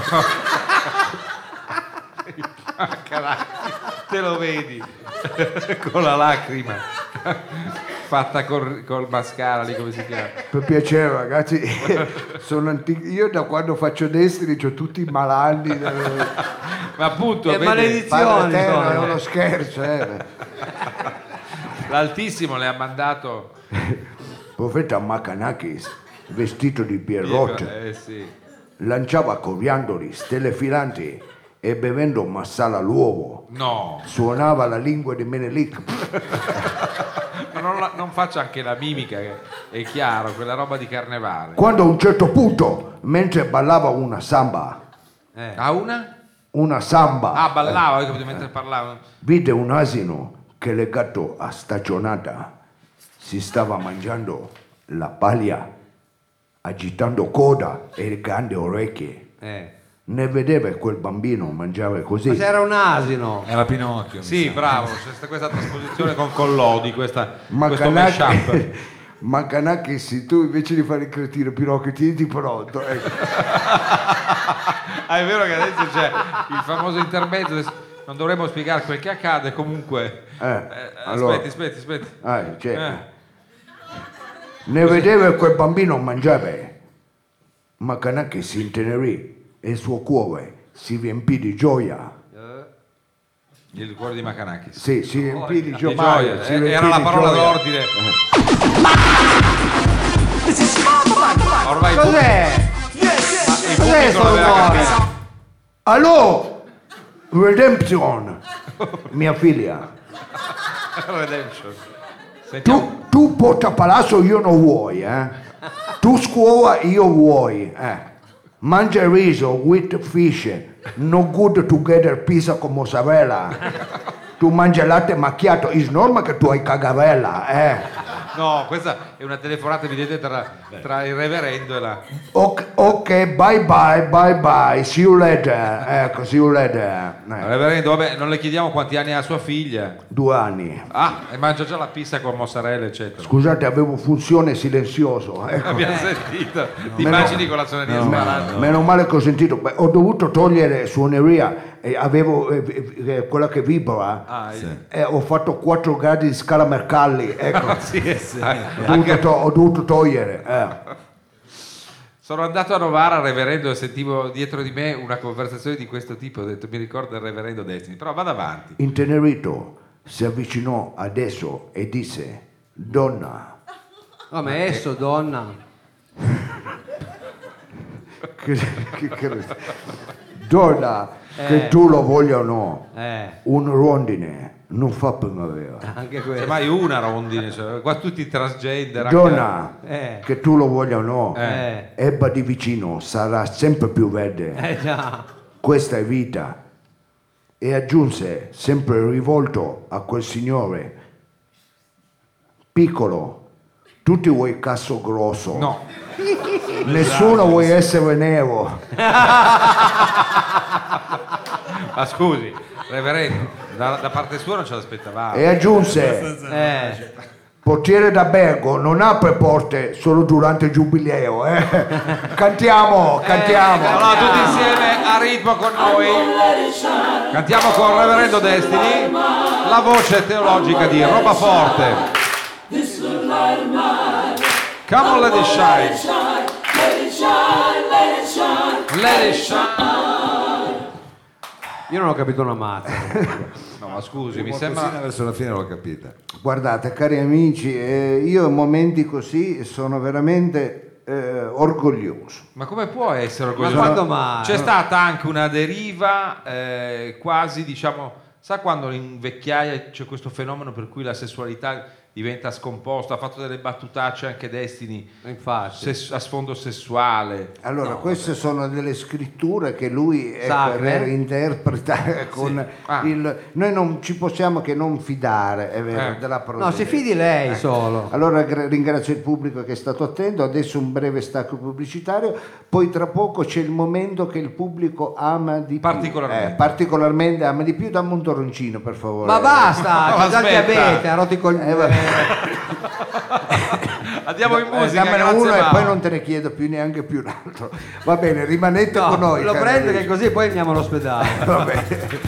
Te lo vedi con la lacrima fatta col, col mascara lì, come si chiama?
Per piacere ragazzi, sono antico. Io da quando faccio destri ho tutti i malanni.
Ma appunto,
Che
vedi,
maledizione.
Padre Eterno,
sono.
è uno scherzo. Eh.
l'Altissimo le ha mandato
Profeta Makanakis vestito di Pierrot
eh sì.
lanciava coriandoli, stelle filanti e bevendo marsala all'uovo
No,
suonava la lingua di Menelik.
ma non, la- non faccia anche la mimica, che è chiaro, quella roba di carnevale.
Quando a un certo punto, mentre ballava una samba,
Eh.
A una?
una samba,
Ah, ballava, ho capito, mentre parlava.
vide un asino che legato a stagionata si stava mangiando la paglia, agitando coda e grandi orecchie.
Eh.
Ne vedeva quel bambino mangiare
Ma
così.
c'era un asino.
Era Pinocchio. mi
Sì,
sa.
bravo, c'è stata questa trasposizione con Collodi, questa,
Ma
questo mashup.
Canacchi, ma Canacchi, se tu invece di fare il cretino Pinocchio tieni pronto, ecco.
Ah, è vero che adesso c'è il famoso intermezzo, adesso non dovremmo spiegare quel che accade, comunque.
Eh,
Eh,
allora.
Aspetti, aspetti, aspetti.
Ah, cioè,
Eh.
ne vedeva quel bambino mangiare, ma Canacchi si intenerì e il suo cuore si riempì di gioia.
Il cuore di Macanacchi.
Sì, si riempì di
Di
gioia.
gioia,
si
eh,
riempì
era la
di
parola
gioia.
d'ordine. Ormai il pubblico-
Cos'è?
il
Cos'è
pubblico
sto
l'aveva
rumore?
capito.
Allò, Redemption, mia figlia,
Redemption. Sentiamo.
tu, tu porta palazzo io non vuoi, eh? Tu scuola io vuoi, eh? Mangia riso with fish, no good together pizza con mozzarella. Tu mangi latte macchiato, is normal che tu hai cagarella, eh?
No, questa è una telefonata evidente tra, tra il reverendo e la...
Ok, ok, bye bye, bye bye, see you later, ecco, see you later. Eh,
Reverendo, vabbè, non le chiediamo quanti anni ha sua figlia.
due anni.
Ah, e mangia già la pizza con mozzarella, eccetera.
Scusate, avevo funzione silenzioso, ecco.
Abbiamo sentito. Ti immagini con la suoneria sparata?
Meno male che ho sentito, beh, ho dovuto togliere suoneria, e avevo eh, eh, quella che vibra,
Ah, sì.
e ho fatto quattro gradi di scala Mercalli, ecco,
Sì, sì.
ho, dovuto to- ho dovuto togliere. eh.
Sono andato a Novara al reverendo e sentivo dietro di me una conversazione di questo tipo. Ho detto, mi ricordo il reverendo Destiny, però vado avanti.
Intenerito si avvicinò ad esso e disse: donna,
No, ma è esso, donna.
che, che- che- donna, che
Eh.
tu lo voglia o no,
Eh,
un rondine non fa primavera.
anche
C'è
questo.
mai una rondine, cioè, qua tutti transgender. anche-
Donna,
Eh.
che tu lo voglia o no,
Eh.
ebba di vicino sarà sempre più verde.
Eh già.
Questa è vita. E aggiunse, sempre rivolto a quel signore: piccolo, tu ti vuoi casso grosso?
No,
Nessuno vuoi essere nero.
ma scusi, reverendo, da, da parte sua non ce l'aspettavamo.
E aggiunse,
Eh.
portiere d'albergo non apre porte solo durante il giubileo. Eh? Cantiamo, cantiamo.
Allora tutti insieme a ritmo con noi. Cantiamo con il reverendo Destiny la voce teologica di Roba Forte. Come on, let it shine. Let it shine.
Io non ho capito una mazza.
No, ma scusi, mi
Qualcosina
sembra.
verso la fine l'ho capita.
Guardate, cari amici, eh, io in momenti così sono veramente eh, orgoglioso.
Ma come può essere
Ma
orgoglioso?
quando mai?
C'è stata anche una deriva eh, quasi, diciamo, sa quando in vecchiaia c'è questo fenomeno per cui la sessualità diventa scomposta, ha fatto delle battutacce anche Destiny
Infatti.
ses- a sfondo sessuale.
Allora, queste sono delle scritture che lui ecco,
Sacre?
è vero, interpreta con
Ah.
il... Noi non ci possiamo che non fidare, è vero,
Eh.
della
No,
provvidenza.
si fidi lei solo.
Allora gra- ringrazio il pubblico che è stato attento, adesso un breve stacco pubblicitario, poi tra poco c'è il momento che il pubblico ama di più.
Particolarmente.
Eh, particolarmente ama di più, dammi un toroncino per favore.
Ma basta,
No,
c'è già il
aspetta.
diabete, ha rotto i col-
Eh, vabbè.
Andiamo in
Eh,
musica,
dammene
grazie
uno e
Mauro.
poi non te ne chiedo più neanche più un altro. Va bene, rimanete
No,
con noi.
lo
cari
prendo
amici.
che così poi andiamo all'ospedale.
Va bene.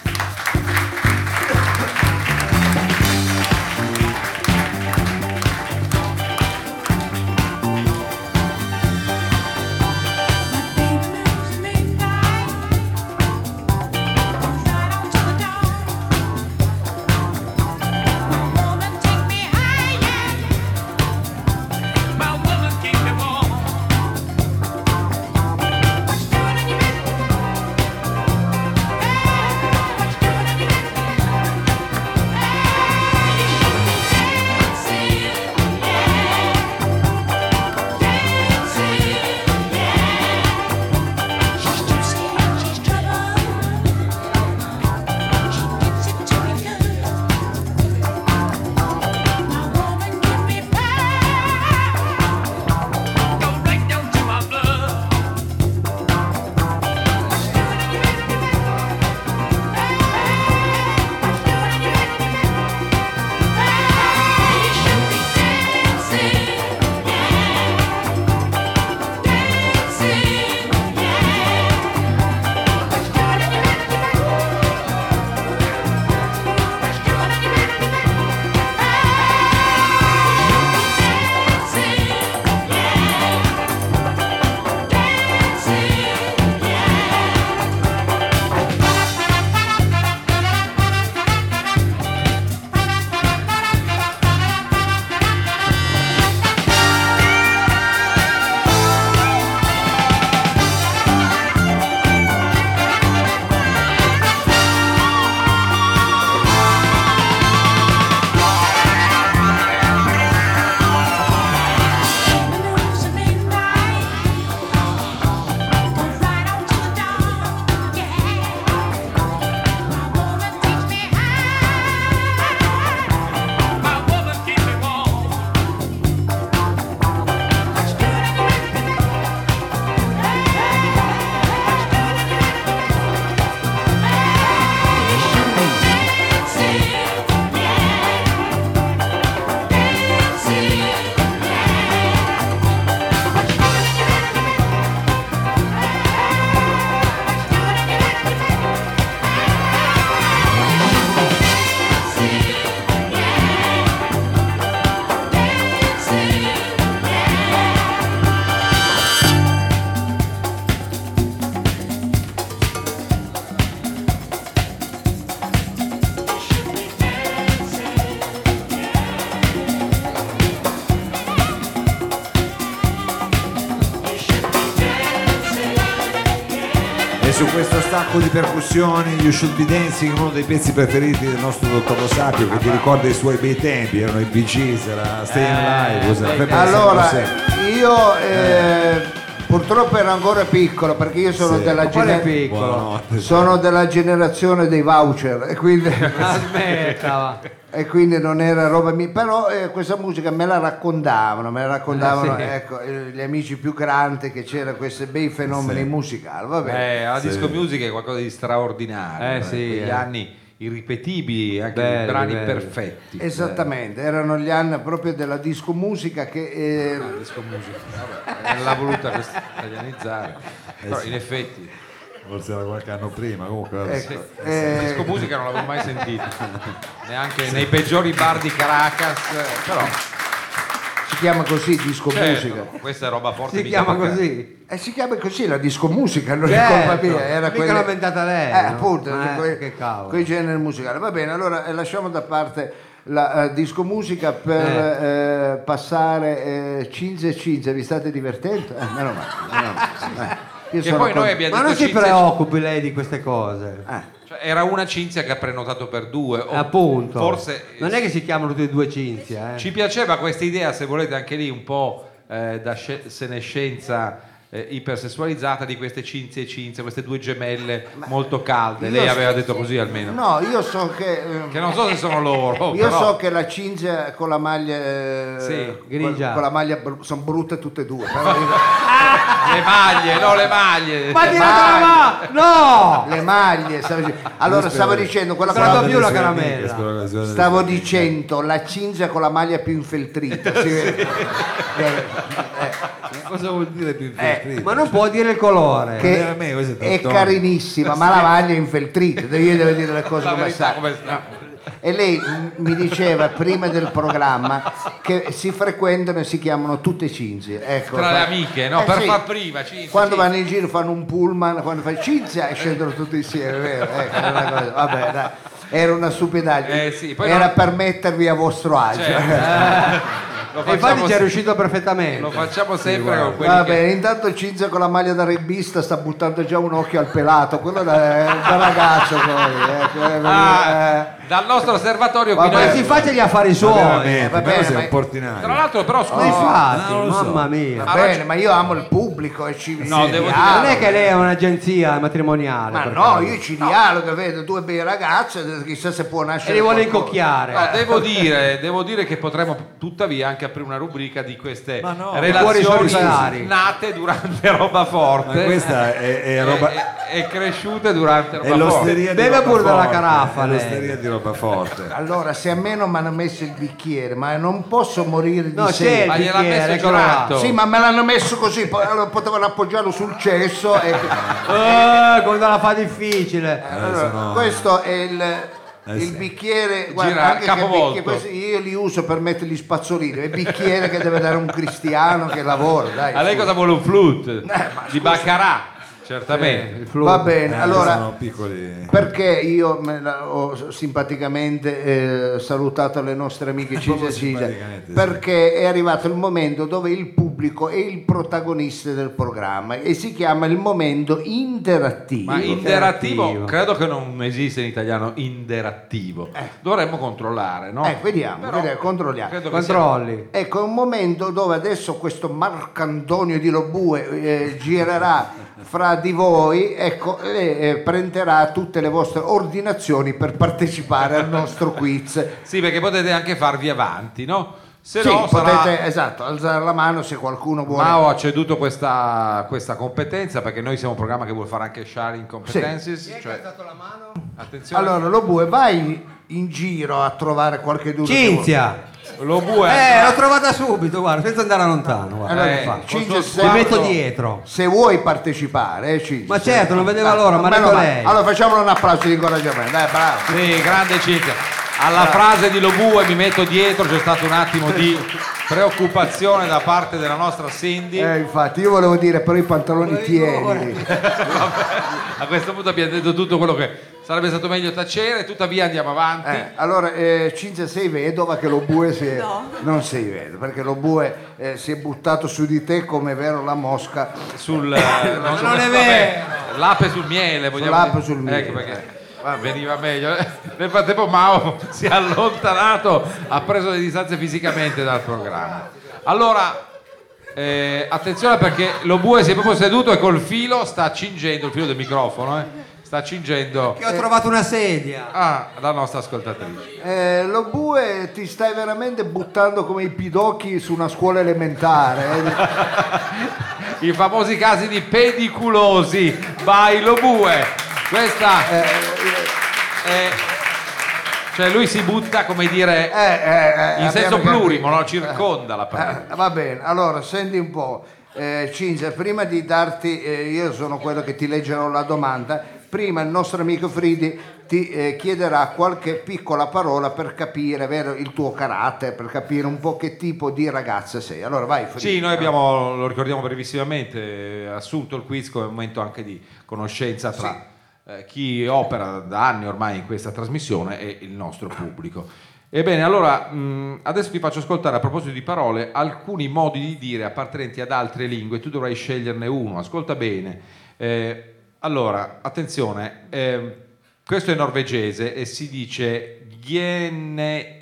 Su questo stacco di percussioni, You Should Be Dancing, uno dei pezzi preferiti del nostro dottor Lo Sapio, che ti ricorda i suoi bei tempi, erano i Bee Gees, era Stay Alive, cos'era? Peppe
Allora,
Sempre.
io eh, purtroppo ero ancora piccolo perché io sono,
Sì.
della,
Quale
gener-
piccolo?
Buonanotte.
sono della generazione dei voucher e quindi,
Aspetta, va.
e quindi non era roba mia, però eh, questa musica me la raccontavano, me la raccontavano
Eh, sì.
ecco, eh, gli amici più grandi che c'erano questi bei fenomeni
Sì.
musicali, va bene.
Eh, la disco music è qualcosa di straordinario.
Eh, sì,
quegli
eh.
anni irripetibili, anche
Belli,
i brani
belli.
perfetti.
Esattamente, erano gli anni proprio della disco musica che eh,
Eh, disco music. Vabbè, non l'ha voluta questa- italianizzare. Però in effetti
Forse era qualche anno prima, comunque. vabbè.
ecco,
la
eh,
disco musica non l'avevo mai sentita. Neanche nei peggiori bar di Caracas, però
si chiama così disco
certo,
musica.
questa è roba forte.
Si
mica
chiama
pagata.
E
così.
Eh, si chiama così la disco musica, non è
Certo,
colpa mia, era
mica
quella-
l'ha inventata lei,
Eh,
no?
appunto,
Eh,
quei,
che cavolo.
quei generi musicali. Va bene, allora eh, lasciamo da parte la eh, disco musica per eh, passare eh, Cinzia e Cinzia, vi state divertendo? Eh, meno male, meno male. Eh, io
Che
sono
poi noi
con-
abbiamo
Ma non
detto
si
Cinzia-
preoccupi lei di queste cose.
Eh,
cioè, era una Cinzia che ha prenotato per due. o
Appunto.
Forse
Non è che si chiamano tutti e due Cinzia, eh.
ci piaceva questa idea, se volete anche lì un po' eh, da sce- senescenza eh, ipersessualizzata di queste Cinzia e Cinzia, queste due gemelle molto calde. Lei aveva detto così almeno.
No, io so che... eh,
Che non so se sono loro.
Io
però...
so che la Cinzia con la maglia eh,
Sì,
grigia.
con la maglia bru- sono brutte tutte e due. Però io-
Le maglie, no, le maglie.
Ma
Le
diretela, no!
le maglie, stavo dicendo. Allora stavo dicendo quella
Spero
cosa-
più la
Delle sue
caramella.
amiche, spero delle sue-
stavo
delle sue
dicendo la Cinzia con la maglia più infeltrita. si vede. Eh,
amiche. Cosa vuol dire più
Eh,
infeltrito?
Ma non può dire il colore.
che
a me questo è
è
Tortoni.
carinissima, ma la maglia è infeltrita. Io devo dire le cose
La
come
verità
sta.
come sta.
E lei m- mi diceva prima del programma che si frequentano e si chiamano tutte Cinzie. Ecco,
Tra le
fa-
amiche, no?
Eh,
Per
sì.
far prima, Cinzia,
Quando
Cinzia.
vanno in giro fanno un pullman, quando fai Cinzia e scendono tutti insieme, vero? Ecco, è una cosa- vabbè, dai. Era una stupidaggine,
Eh, sì, poi
era
non-
per mettervi a vostro agio.
Certo. Lo
E infatti
facciamo,
ci è
se-
riuscito perfettamente.
lo facciamo sempre con quelli
Va
che...
bene, intanto Cinzia con la maglia da rugbista sta buttando già un occhio al pelato, quello da, è da ragazzo poi. eh, que-
Ah,
eh.
dal nostro osservatorio qui
Vabbè,
noi-
Ma si faccia gli affari
Ma
suoi.
veramente,
va
però
bene,
sei
ma-
un portinaio.
Tra l'altro però
Ma
scusi,
infatti,
no, non lo so.
mamma mia.
Va
Ah,
bene,
ma-
ma io amo il pubblico e ci
No,
ci
devo dire-
dialogo.
Non è che lei è un'agenzia matrimoniale.
Ma
per
no,
caso.
io ci dialogo, vedo due bei ragazze, chissà se può nascere.
E li vuole
qualcosa.
incocchiare.
no, devo dire, devo dire che potremmo tuttavia anche aprire una rubrica di queste
Ma no,
fuori sono i
relazioni
salari.
nate durante roba forte.
Ma questa è, è
e,
roba...
e- e cresciute durante
È
roba forte.
l'osteria di
Beve
roba
pure dalla
forte,
caraffa,
è
lei.
l'osteria di roba forte.
Allora, se a me non mi hanno messo il bicchiere, ma non posso morire di
No, c'è
sete.
il
Ma gliel'ha
bicchiere,
messo
eccolo là.
giocato.
Sì, ma me l'hanno messo così, poi allora potevano appoggiarlo sul cesso. E...
Eh, quando la fa difficile.
Allora,
sono-
questo è il,
Eh
il
sì.
bicchiere, guarda,
Gira
anche che
capovolto.
bicchiere- questi io li uso per mettere gli spazzolini, è il bicchiere che deve dare un cristiano che lavora, dai.
A lei cosa vuole un flute?
ma
di Baccarà, certamente.
Il flu-
Va bene,
Eh,
allora
sono piccoli.
perché io me la- ho simpaticamente eh, salutato le nostre amiche Cinzia
Proprio
e Cinzia?
simpaticamente, sì.
Perché è arrivato il momento dove il pubblico è il protagonista del programma e si chiama il momento interattivo.
Ma interattivo,
interattivo.
credo che non esiste in italiano interattivo. Dovremmo controllare, no?
Eh, vediamo,
Però
vediamo, controlliamo.
credo che sia-
Controlli.
Ecco, è un momento dove adesso questo Marcantonio di Lobue eh, girerà fra di voi, ecco, e eh, prenderà tutte le vostre ordinazioni per partecipare al nostro quiz.
Sì, perché potete anche farvi avanti, no? Se
Sì,
no sarà...
potete, esatto, alzare la mano se qualcuno vuole.
Mao ha ceduto questa, questa competenza perché noi siamo un programma che vuole fare anche sharing competences. Cioè, attenzione,
Allora, Lobue, vai in giro a trovare qualche duro.
Cinzia.
lo bue.
Eh, l'ho trovata subito, guarda, senza andare lontano. Guarda.
Allora,
Eh,
fa.
col
Cinzia,
suo
se-
Mi
sguardo-
metto dietro.
Se vuoi partecipare, eh, Cinzia.
Ma certo, non vedeva l'ora, ma ha
meno
detto
male.
lei.
Allora facciamolo un applauso di incoraggiamento, dai, bravo.
Sì, grande Cinzia. Alla frase di Lobue mi metto dietro, c'è stato un attimo di preoccupazione da parte della nostra Cindy.
Eh, infatti, io volevo dire però i pantaloni tieni.
A questo punto abbiamo detto tutto quello che sarebbe stato meglio tacere, tuttavia andiamo avanti.
Eh, allora, eh, Cinzia, sei vedova che lo bue si è... non sei vedova, perché lo bue eh, si è buttato su di te come vero la mosca.
Sul, eh, non,
non è
vabbè,
vero.
L'ape sul miele, vogliamo
Sull'ape
dire.
sul miele.
Ecco perché veniva meglio. Nel frattempo Mao si è allontanato, ha preso le distanze fisicamente dal programma. Allora, eh, attenzione perché lo bue si è proprio seduto e col filo sta cingendo, il filo del microfono, eh, sta cingendo
Che ho trovato una sedia.
ah, la nostra ascoltatrice.
Eh, lo bue ti stai veramente buttando come i pidocchi su una scuola elementare. eh.
I famosi casi di pediculosi by lo bue. Questa
Eh,
è... Cioè lui si butta, come dire,
eh, eh,
in senso
abbiamo
plurimo,
capito.
no? Circonda la parola.
Eh, va bene, allora senti un po', eh, Cinzia, prima di darti, eh, io sono quello che ti leggerò la domanda, prima il nostro amico Fridi ti eh, chiederà qualche piccola parola per capire, vero, il tuo carattere, per capire un po' che tipo di ragazza sei. Allora vai Fridi.
Sì, noi abbiamo, lo ricordiamo brevissimamente, eh, assunto il quiz come momento anche di conoscenza tra eh, chi opera da anni ormai in questa trasmissione e il nostro pubblico. Ebbene, allora, mh, adesso ti faccio ascoltare a proposito di parole alcuni modi di dire appartenenti ad altre lingue, tu dovrai sceglierne uno, ascolta bene. Eh, allora, attenzione, eh, questo è norvegese e si dice Gjene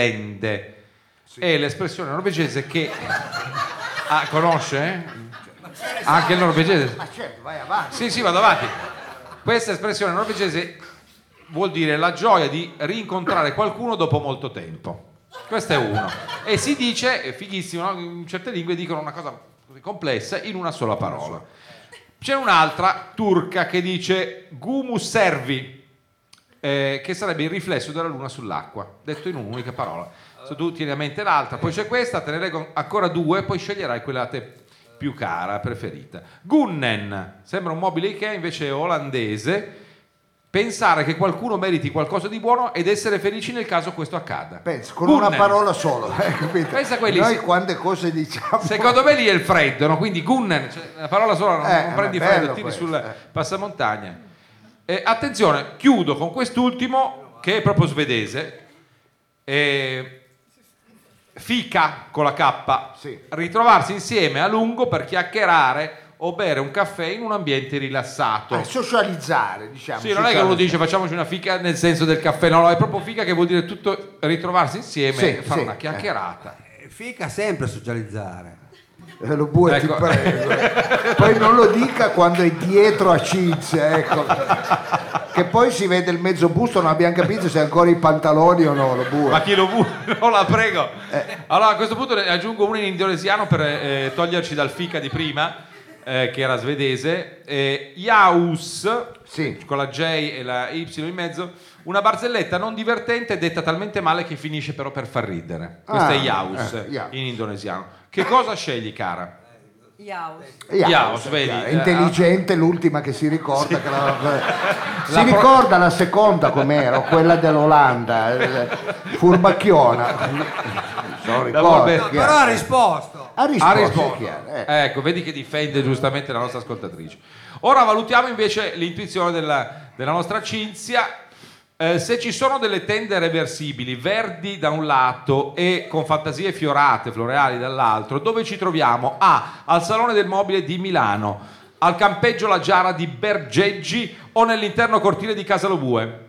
isglende, è l'espressione norvegese che... Ah, conosce? Anche il norvegese?
Ma certo, vai avanti.
Sì, sì, vado avanti. Questa espressione norvegese vuol dire la gioia di rincontrare qualcuno dopo molto tempo. Questo è uno. E si dice, è fighissimo, no? In certe lingue dicono una cosa così complessa in una sola parola. C'è un'altra turca che dice gumus servi, eh, che sarebbe il riflesso della luna sull'acqua, detto in un'unica parola. Se tu tieni a mente l'altra, poi c'è questa, te ne leggo ancora due, poi sceglierai quella a te più cara, preferita. Gunnen, sembra un mobile Ikea, invece è olandese. Pensare che qualcuno meriti qualcosa di buono ed essere felici nel caso questo accada.
Penso, con
Gunnen.
una parola sola, eh, capito?
Pensa a quelli,
Noi
sì.
quante cose diciamo.
Secondo me lì è il freddo, no? Quindi Gunnen, cioè, la parola sola non,
Eh,
non prendi
ma è bello
freddo, tiri
questo,
sul
eh.
passamontagna. Eh, attenzione, chiudo con quest'ultimo che è proprio svedese. Eh, Fika con la K,
Sì.
ritrovarsi insieme a lungo per chiacchierare o bere un caffè in un ambiente rilassato.
Eh, socializzare, diciamo.
Sì, non è che uno dice facciamoci una fica nel senso del caffè, no, no, è proprio fica che vuol dire tutto ritrovarsi insieme
Sì,
e fare
sì,
una chiacchierata.
Eh, Fica sempre socializzare.
Eh, lo bue,
Ecco.
ti prego. Poi non lo dica quando è dietro a Cinzia, ecco. Che poi si vede il mezzo busto, non abbiamo capito se ha ancora i pantaloni o no, lo bue.
Ma chi lo vuole? No, la prego. Allora a questo punto ne aggiungo uno in indonesiano per eh, toglierci dal fica di prima, eh, che era svedese. Eh, Jaus,
Sì.
con la J e la Y in mezzo, una barzelletta non divertente detta talmente male che finisce però per far ridere. Questo
Ah,
è Jaus
eh, Jaus.
in indonesiano. Che cosa scegli, cara?
Jaus.
Jaus,
Jaus, vedi?
È intelligente, l'ultima che si ricorda. Che la, si
La pro-
ricorda la seconda com'era, o quella dell'Olanda, eh, furbacchiona. Non
La
ricordo.
vorbe-
chiaro.
Però ha risposto.
Ha risposto,
Ha risposto.
è chiaro, eh.
Ecco, vedi che difende giustamente la nostra ascoltatrice. Ora valutiamo invece l'intuizione della, della nostra Cinzia. Eh, se ci sono delle tende reversibili, verdi da un lato e con fantasie fiorate, floreali dall'altro, dove ci troviamo? A. Al Salone del Mobile di Milano, al campeggio La Giara di Bergeggi o nell'interno cortile di Casa Lobue?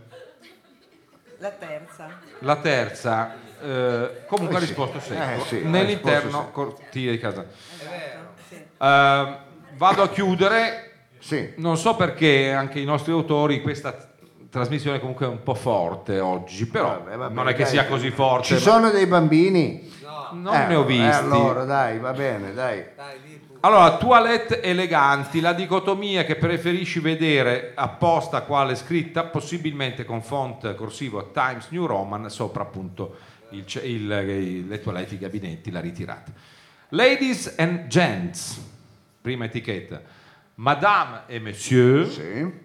La terza.
La terza, eh, comunque ha
Eh sì.
risposto secco,
Eh sì, ha
nell'interno
risposto
cortile di casa.
Sì.
Eh, vado a chiudere,
Sì.
non so perché anche i nostri autori questa t- trasmissione comunque è un po' forte oggi, però
Vabbè, vabbè,
non è che
dai,
sia così forte.
Ci sono dei bambini?
Non
Eh,
ne ho visti.
eh, allora, dai, va bene, dai.
Allora, toilette eleganti, la dicotomia che preferisci vedere apposta quale scritta, possibilmente con font corsivo Times New Roman, sopra appunto il, ce- il, il- le toilette, i gabinetti, la ritirata. Ladies and gents, prima etichetta, Madame et Monsieur,
Sì.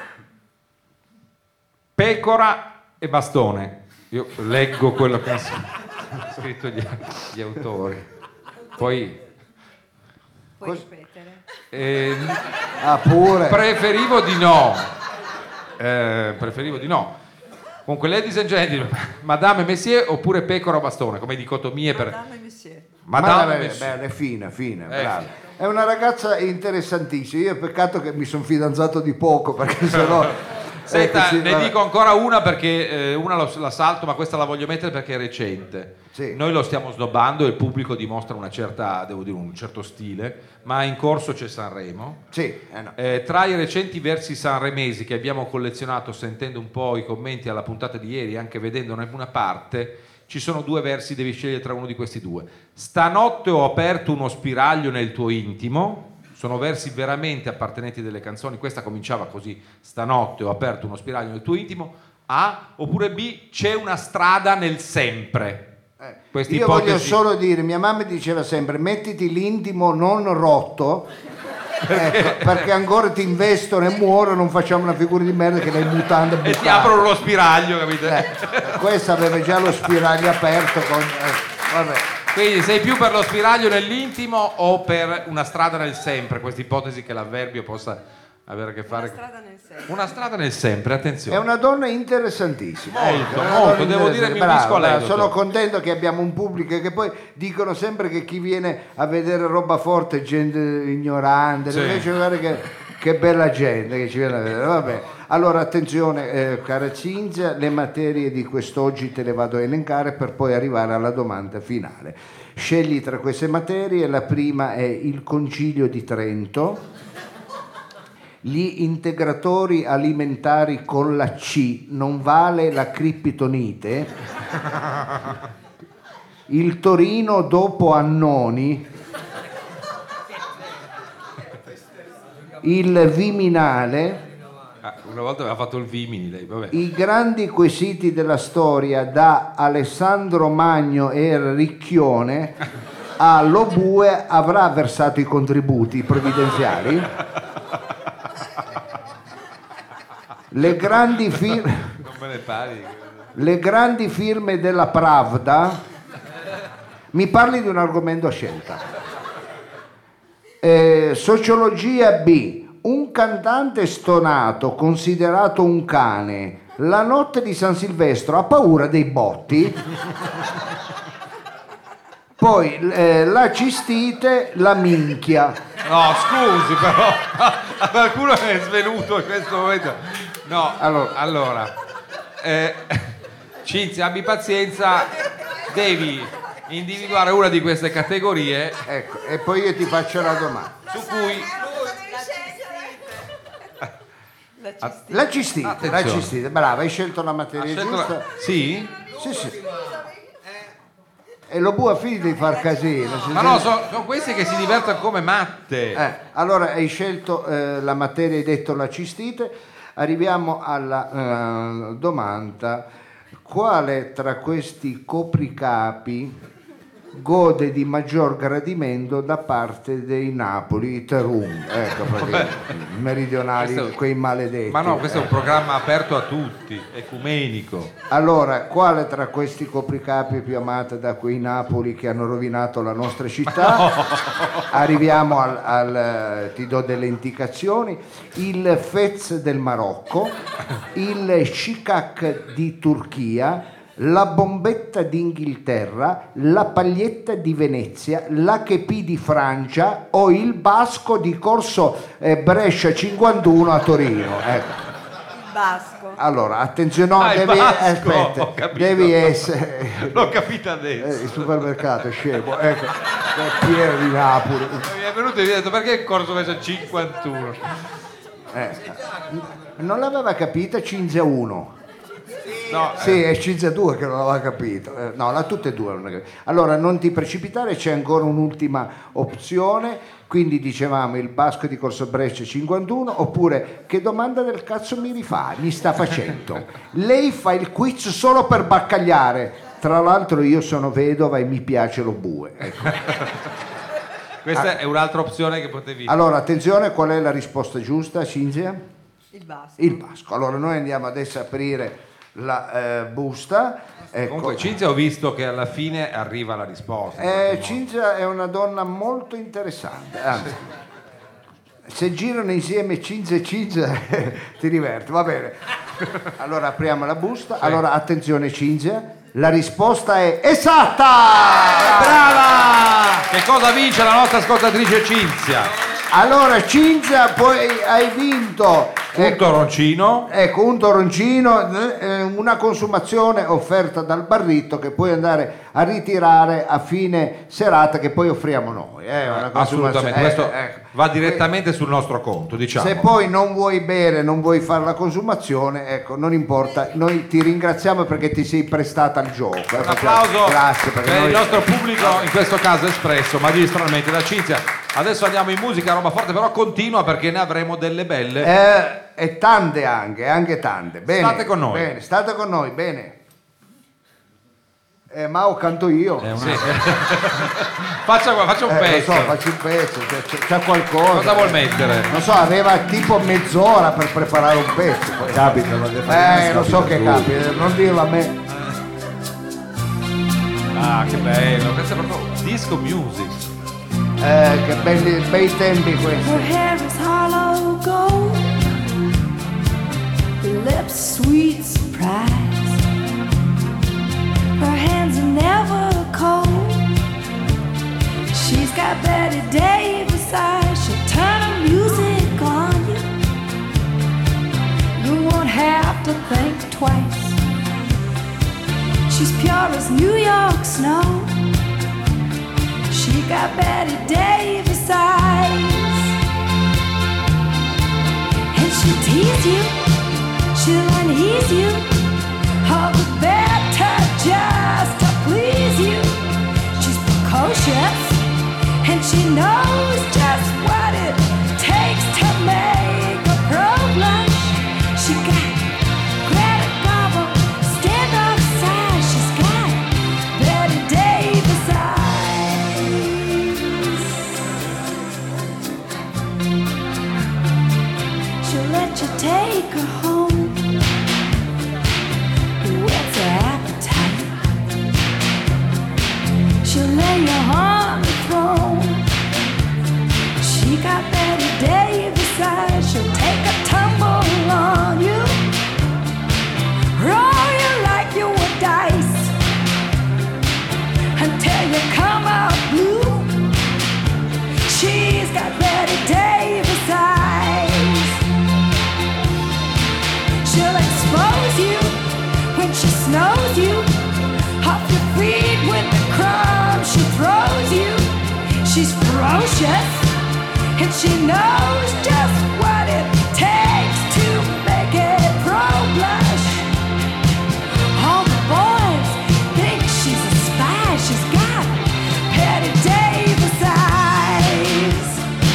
pecora e bastone. Io leggo quello che hanno scritto gli, gli autori. Poi
Puoi
Cos-
ripetere?
eh,
Ah, pure.
preferivo di no. Eh, preferivo di no. Comunque, ladies and gentlemen, Madame e Messier oppure pecora o bastone, come dicotomie per
Madame e Monsieur.
Madame
Ma
e
bene,
Messier.
bene, fina, fina,
Eh,
brava. È una ragazza interessantissima. Io peccato che mi sono fidanzato di poco, perché sennò.
Senta,
ecco, sì,
ne
vabbè.
dico ancora una perché eh, una lo- la salto, ma questa la voglio mettere perché è recente.
Sì.
Noi lo stiamo snobbando e il pubblico dimostra una certa, devo dire, un certo stile, ma in corso c'è Sanremo.
Sì, eh no.
Eh, tra i recenti versi sanremesi che abbiamo collezionato sentendo un po' i commenti alla puntata di ieri, anche vedendone una parte, ci sono due versi, devi scegliere tra uno di questi due. Stanotte ho aperto uno spiraglio nel tuo intimo. Sono versi veramente appartenenti delle canzoni. Questa cominciava così: stanotte ho aperto uno spiraglio nel tuo intimo. A. Oppure B. C'è una strada nel sempre.
Eh,
Questa
Io
ipotesi-
voglio solo dire, mia mamma diceva sempre: mettiti l'intimo non rotto, ecco, perché ancora ti investono e muoro, non facciamo una figura di merda che l'hai mutanda
E ti aprono lo spiraglio, capite?
Eh, questa aveva già lo spiraglio aperto con. eh, vabbè.
Quindi sei più per lo spiraglio nell'intimo o per una strada nel sempre? Questa ipotesi che l'avverbio possa avere a che
Una
fare
strada nel sempre.
una strada nel sempre, attenzione.
È una donna interessantissima.
Molto,
ecco, una
molto,
donna
devo dire,
interessante.
mi
Brava,
unisco a lei,
brava.
dottor.
Sono contento che abbiamo un pubblico che poi dicono sempre che chi viene a vedere roba forte è gente ignorante,
Sì.
invece guarda che, che bella gente che ci viene a vedere. Vabbè. Allora attenzione, eh, cara Cinzia, le materie di quest'oggi te le vado a elencare per poi arrivare alla domanda finale. Scegli tra queste materie, la prima è il Concilio di Trento, gli integratori alimentari con la C, non vale la criptonite, il Torino dopo Annoni, il Viminale,
Ah, una volta aveva fatto il Vimini lei, vabbè.
i grandi quesiti della storia da Alessandro Magno e Ricchione a Lobue avrà versato i contributi previdenziali. Le grandi, fir-
Non me ne parli.
le grandi firme della Pravda. Mi parli di un argomento a scelta. Eh, sociologia B. Un cantante stonato considerato un cane la notte di San Silvestro ha paura dei botti. Poi eh, la cistite, la minchia.
No, scusi però, a qualcuno è svenuto in questo momento. No,
Allora.
allora, eh, Cinzia, abbi pazienza, devi individuare una di queste categorie
Ecco, e poi io ti faccio la domanda.
su cui...
La cistite.
La cistite, la
Attenzione.
cistite, brava, hai scelto la
Ha
materia
scelto
giusta.
la- Sì?
Sì, sì. E lo bua figli di far casino. si
Ma no,
sente-
sono, sono questi che si divertono come matte.
Eh, allora hai scelto eh, la materia, hai detto la cistite. Arriviamo alla eh, domanda: quale tra questi copricapi gode di maggior gradimento da parte dei Napoli Terum? Ecco, perché i meridionali,
Questo-
quei maledetti.
Ma no, questo è
eh.
un programma aperto a tutti, ecumenico.
Allora, quale tra questi copricapi è più amato da quei Napoli che hanno rovinato la nostra città? Arriviamo al, al, eh, ti do delle indicazioni: il Fez del Marocco, il Shikak di Turchia, la bombetta d'Inghilterra, la paglietta di Venezia, la chepì di Francia o il basco di Corso eh, Brescia cinquantuno a Torino. Ecco.
Il basco.
Allora, attenzione, no,
Ah, il
devi,
Vasco,
aspetta,
ho capito.
devi essere
L'ho capito
eh,
adesso.
il supermercato è scemo, ecco, è pieno di Napoli.
Mi è venuto e mi ha detto perché il corso messo cinquantuno?
Eh, non l'aveva capita Cinzia uno.
No,
Sì, è Cinzia due che non l'aveva capito. Eh, no, la tutte e due non l'aveva capito. Allora, non ti precipitare, c'è ancora un'ultima opzione. Quindi dicevamo il basco di Corso Brescia cinquantuno, oppure che domanda del cazzo mi rifà? Mi sta facendo. Lei fa il quiz solo per baccagliare. Tra l'altro io sono vedova e mi piace lo bue. Ecco.
questa è un'altra opzione che potevi...
Allora, attenzione, qual è la risposta giusta, Cinzia?
Il basco.
Il basco. Allora, noi andiamo adesso a aprire la eh, busta. Ecco.
Comunque, Cinzia, ho visto che alla fine arriva la risposta.
Eh, Cinzia è una donna molto interessante, anzi, se girano insieme Cinzia e Cinzia ti diverti, va bene. Allora apriamo la busta. Allora attenzione Cinzia, la risposta è esatta!
Brava! Che cosa vince la nostra ascoltatrice Cinzia?
Allora Cinzia, poi hai vinto
Un
ecco,
toroncino.
ecco, un toroncino, eh, una consumazione offerta dal Barrito che puoi andare a ritirare a fine serata, che poi offriamo noi. Eh, una consumazione-
Assolutamente,
eh,
questo
ecco.
va direttamente sul nostro conto, diciamo.
Se poi non vuoi bere, non vuoi fare la consumazione, ecco, non importa, noi ti ringraziamo perché ti sei prestata al gioco. eh,
Un
perché-
applauso
Grazie, perché
per
noi-
il nostro pubblico, in questo caso espresso magistralmente da Cinzia. Adesso andiamo in musica, roba forte, però continua perché ne avremo delle belle.
Eh, e tante anche, anche tante. Bene,
State con noi.
Bene, state con noi, bene. Eh, Mao canto io.
Sì. faccia, faccia un
Eh,
pezzo.
Lo so, faccio un pezzo, c'è, c'è- c'è qualcosa.
Cosa vuol mettere?
Non so, aveva tipo mezz'ora per preparare un pezzo. poi-
Capita, ma
Eh, lo so che capita, non dirlo a me.
Ah, che bello, questo è proprio disco music.
Eh, che belli, bei tempi questi.
Her hair is hollow gold, her lips sweet surprise. Her hands are never cold. She's got Betty Davis eyes. She'll turn the music on you. The
She's pure as New York snow. She got Betty Davis eyes. And she'll tease you, she'll unease you, all the better just to please you. She's precocious, and she knows just what it takes to make a pro blush. She got Greta Garbo, stand-off size. She's got Betty Davis eyes. She'll let you take her home. What's her appetite? She'll lay you on the throne. She got Betty Davis eyes. She'll take a tumble on you, roll you like you were dice, until you come out blue. She's got Betty Davis eyes. She'll expose you when she snows you, off your feet with the crumbs she throws you. She's ferocious, and she knows just what it takes to make it pro blush. All the boys think she's a spy. She's got Betty Davis eyes.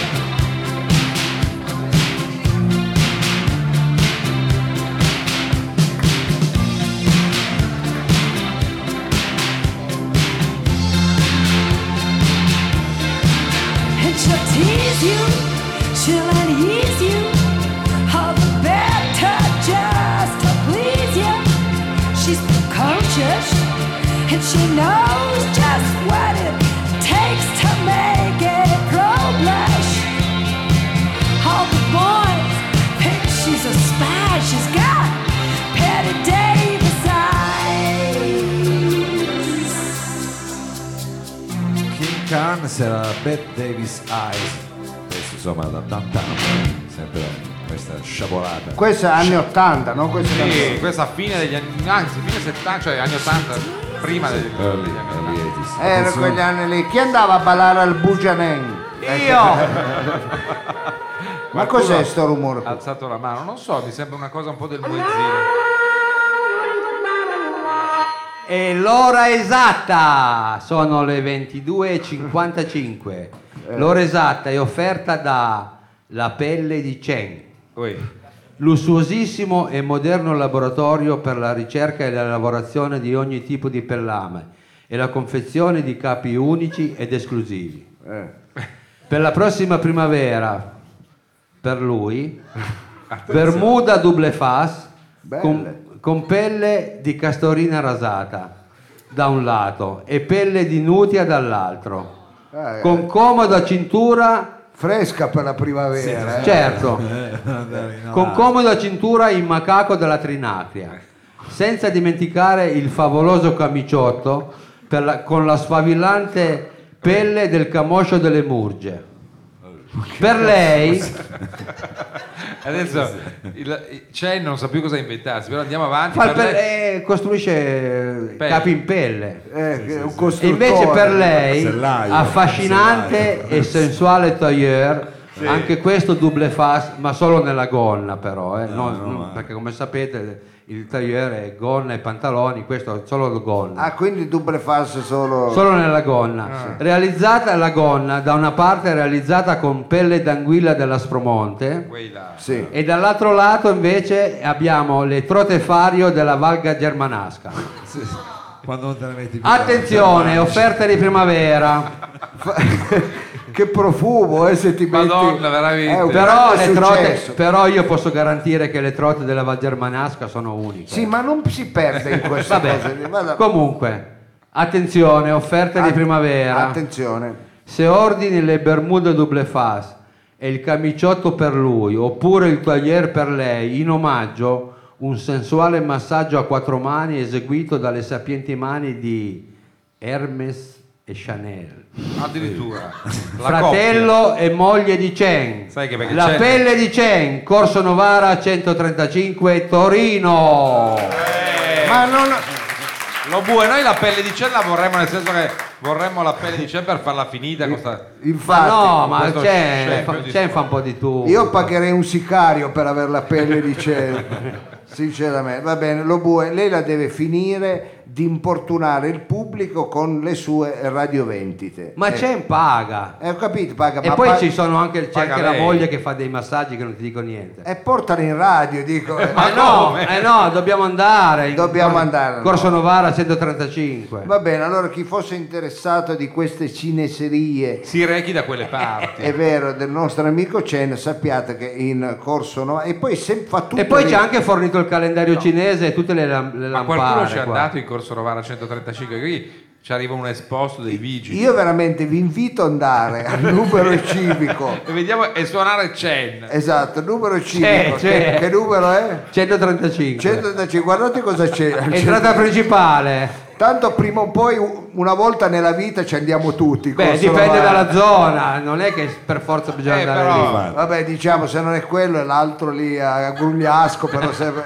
And she'll tease you, she'll unease you, all the better just to please you. She's precocious, and she knows just what it takes to make it pro blush. All the boys think she's a spy. She's got Betty Davis eyes.
King Khan era Bette Davis Eyes. Adesso insomma da tant'anni, sempre questa sciabolata.
Questa è anni ottanta, no? Questa
Sì,
canzone.
questa fine degli anni, anzi fine settanta, cioè anni ottanta, prima degli,
Early,
degli anni
early
ottanta.
eighties.
Era
Attenzione.
quegli anni lì. Chi andava a ballare al Buchanan?
Io!
Ma
Qualcuno
cos'è sto rumore?
Ha alzato la mano, non so, mi sembra una cosa un po' del muezzino.
E l'ora esatta sono le ventidue e cinquantacinque. L'ora esatta è offerta da La Pelle di Chen,
Ui.
lussuosissimo e moderno laboratorio per la ricerca e la lavorazione di ogni tipo di pellame e la confezione di capi unici ed esclusivi.
Eh.
Per la prossima primavera, per lui, Bermuda double fas
Belle.
con, con pelle di castorina rasata da un lato e pelle di nutia dall'altro,
Eh,
con comoda cintura.
Fresca per la primavera. eh.
Certo, con comoda cintura in macaco della Trinacria, senza dimenticare il favoloso camiciotto per la- con la sfavillante pelle del camoscio delle Murge. Per lei,
Adesso il, c'è non sa più cosa inventarsi, però andiamo avanti.
fa il
per
pe-
lei-
eh, costruisce eh,
Pelle.
capi in pelle.
Eh, che è un
E
costruttore.
invece per lei,
Sellaio,
affascinante
sellaio.
e sensuale tailleur, anche questo double fas, ma solo nella gonna però, eh, non-
no,
non-
ma-
perché come sapete il tailleur è gonna e pantaloni, questo è solo gonna.
Ah, quindi double fas solo.
Solo nella gonna, realizzata la gonna da una parte realizzata con pelle d'anguilla dell'Aspromonte
Quella.
Sì.
e dall'altro lato invece abbiamo le trote fario della Valga Germanasca.
Quando non te ne metti più.
Attenzione, offerte di primavera.
Che profumo, eh, se ti metti.
Madonna, veramente.
È un
Però,
grande
le trote,
successo.
però io posso garantire che le trote della Val Germanasca sono uniche.
Sì, ma non si perde in queste
Vabbè,
cose. lì. Vada-
comunque, attenzione, offerte di
Att-
primavera.
Attenzione.
Se ordini le bermude double fas e il camiciotto per lui oppure il tailleur per lei, in omaggio un sensuale massaggio a quattro mani eseguito dalle sapienti mani di Hermes e Chanel.
Addirittura. La
Fratello e moglie di Chen.
Sai che perché
La
Chen-
pelle di Chen, Corso Novara centotrentacinque, Torino.
coppia. Eh,
Ma non.
Lo bue, noi la pelle di cella vorremmo, nel senso che vorremmo la pelle di cella per farla finita con sta...
Ma
Infatti,
no, ma
questo
c'è,
scempio
fa,
di
c'è
scuola.
fa un po' di tu.
io pagherei un sicario per avere la pelle di cielo. Sinceramente, va bene, lo bue, lei la deve finire di importunare il pubblico con le sue radiovendite.
Ma
eh.
c'è in paga.
Eh, ho capito, paga,
E
ma
poi
pa-
ci sono anche, c'è
paga
anche la
lei.
moglie che fa dei massaggi che non ti dico niente.
E portala in radio, dico. eh.
Ma no, eh no, dobbiamo andare. in-
Dobbiamo andare,
Corso
no.
Novara centotrentacinque.
Va bene, allora chi fosse interessato di queste cineserie,
Si rechi da quelle parti.
è vero, del nostro amico Chen, sappiate che in corso no, e poi se fa tutto
E poi
lì.
c'è anche fornito il calendario cinese e tutte le, lam- le
Ma
lampare.
qualcuno ci è
qua.
andato in Corso Rovara centotrentacinque, qui ci arriva un esposto dei vigili.
Io veramente vi invito ad andare al numero civico.
E vediamo e suonare Chen.
Esatto, numero civico.
c'è.
Che, che numero è?
centotrentacinque.
centotrentacinque, guardate cosa c'è.
Entrata principale.
Tanto prima o poi una volta nella vita ci andiamo tutti.
Beh,
Corso
dipende
Novara.
dalla zona, non è che per forza bisogna
Eh,
andare
però-
lì.
Vabbè, diciamo, se non è quello è l'altro lì a Grugliasco, però sempre,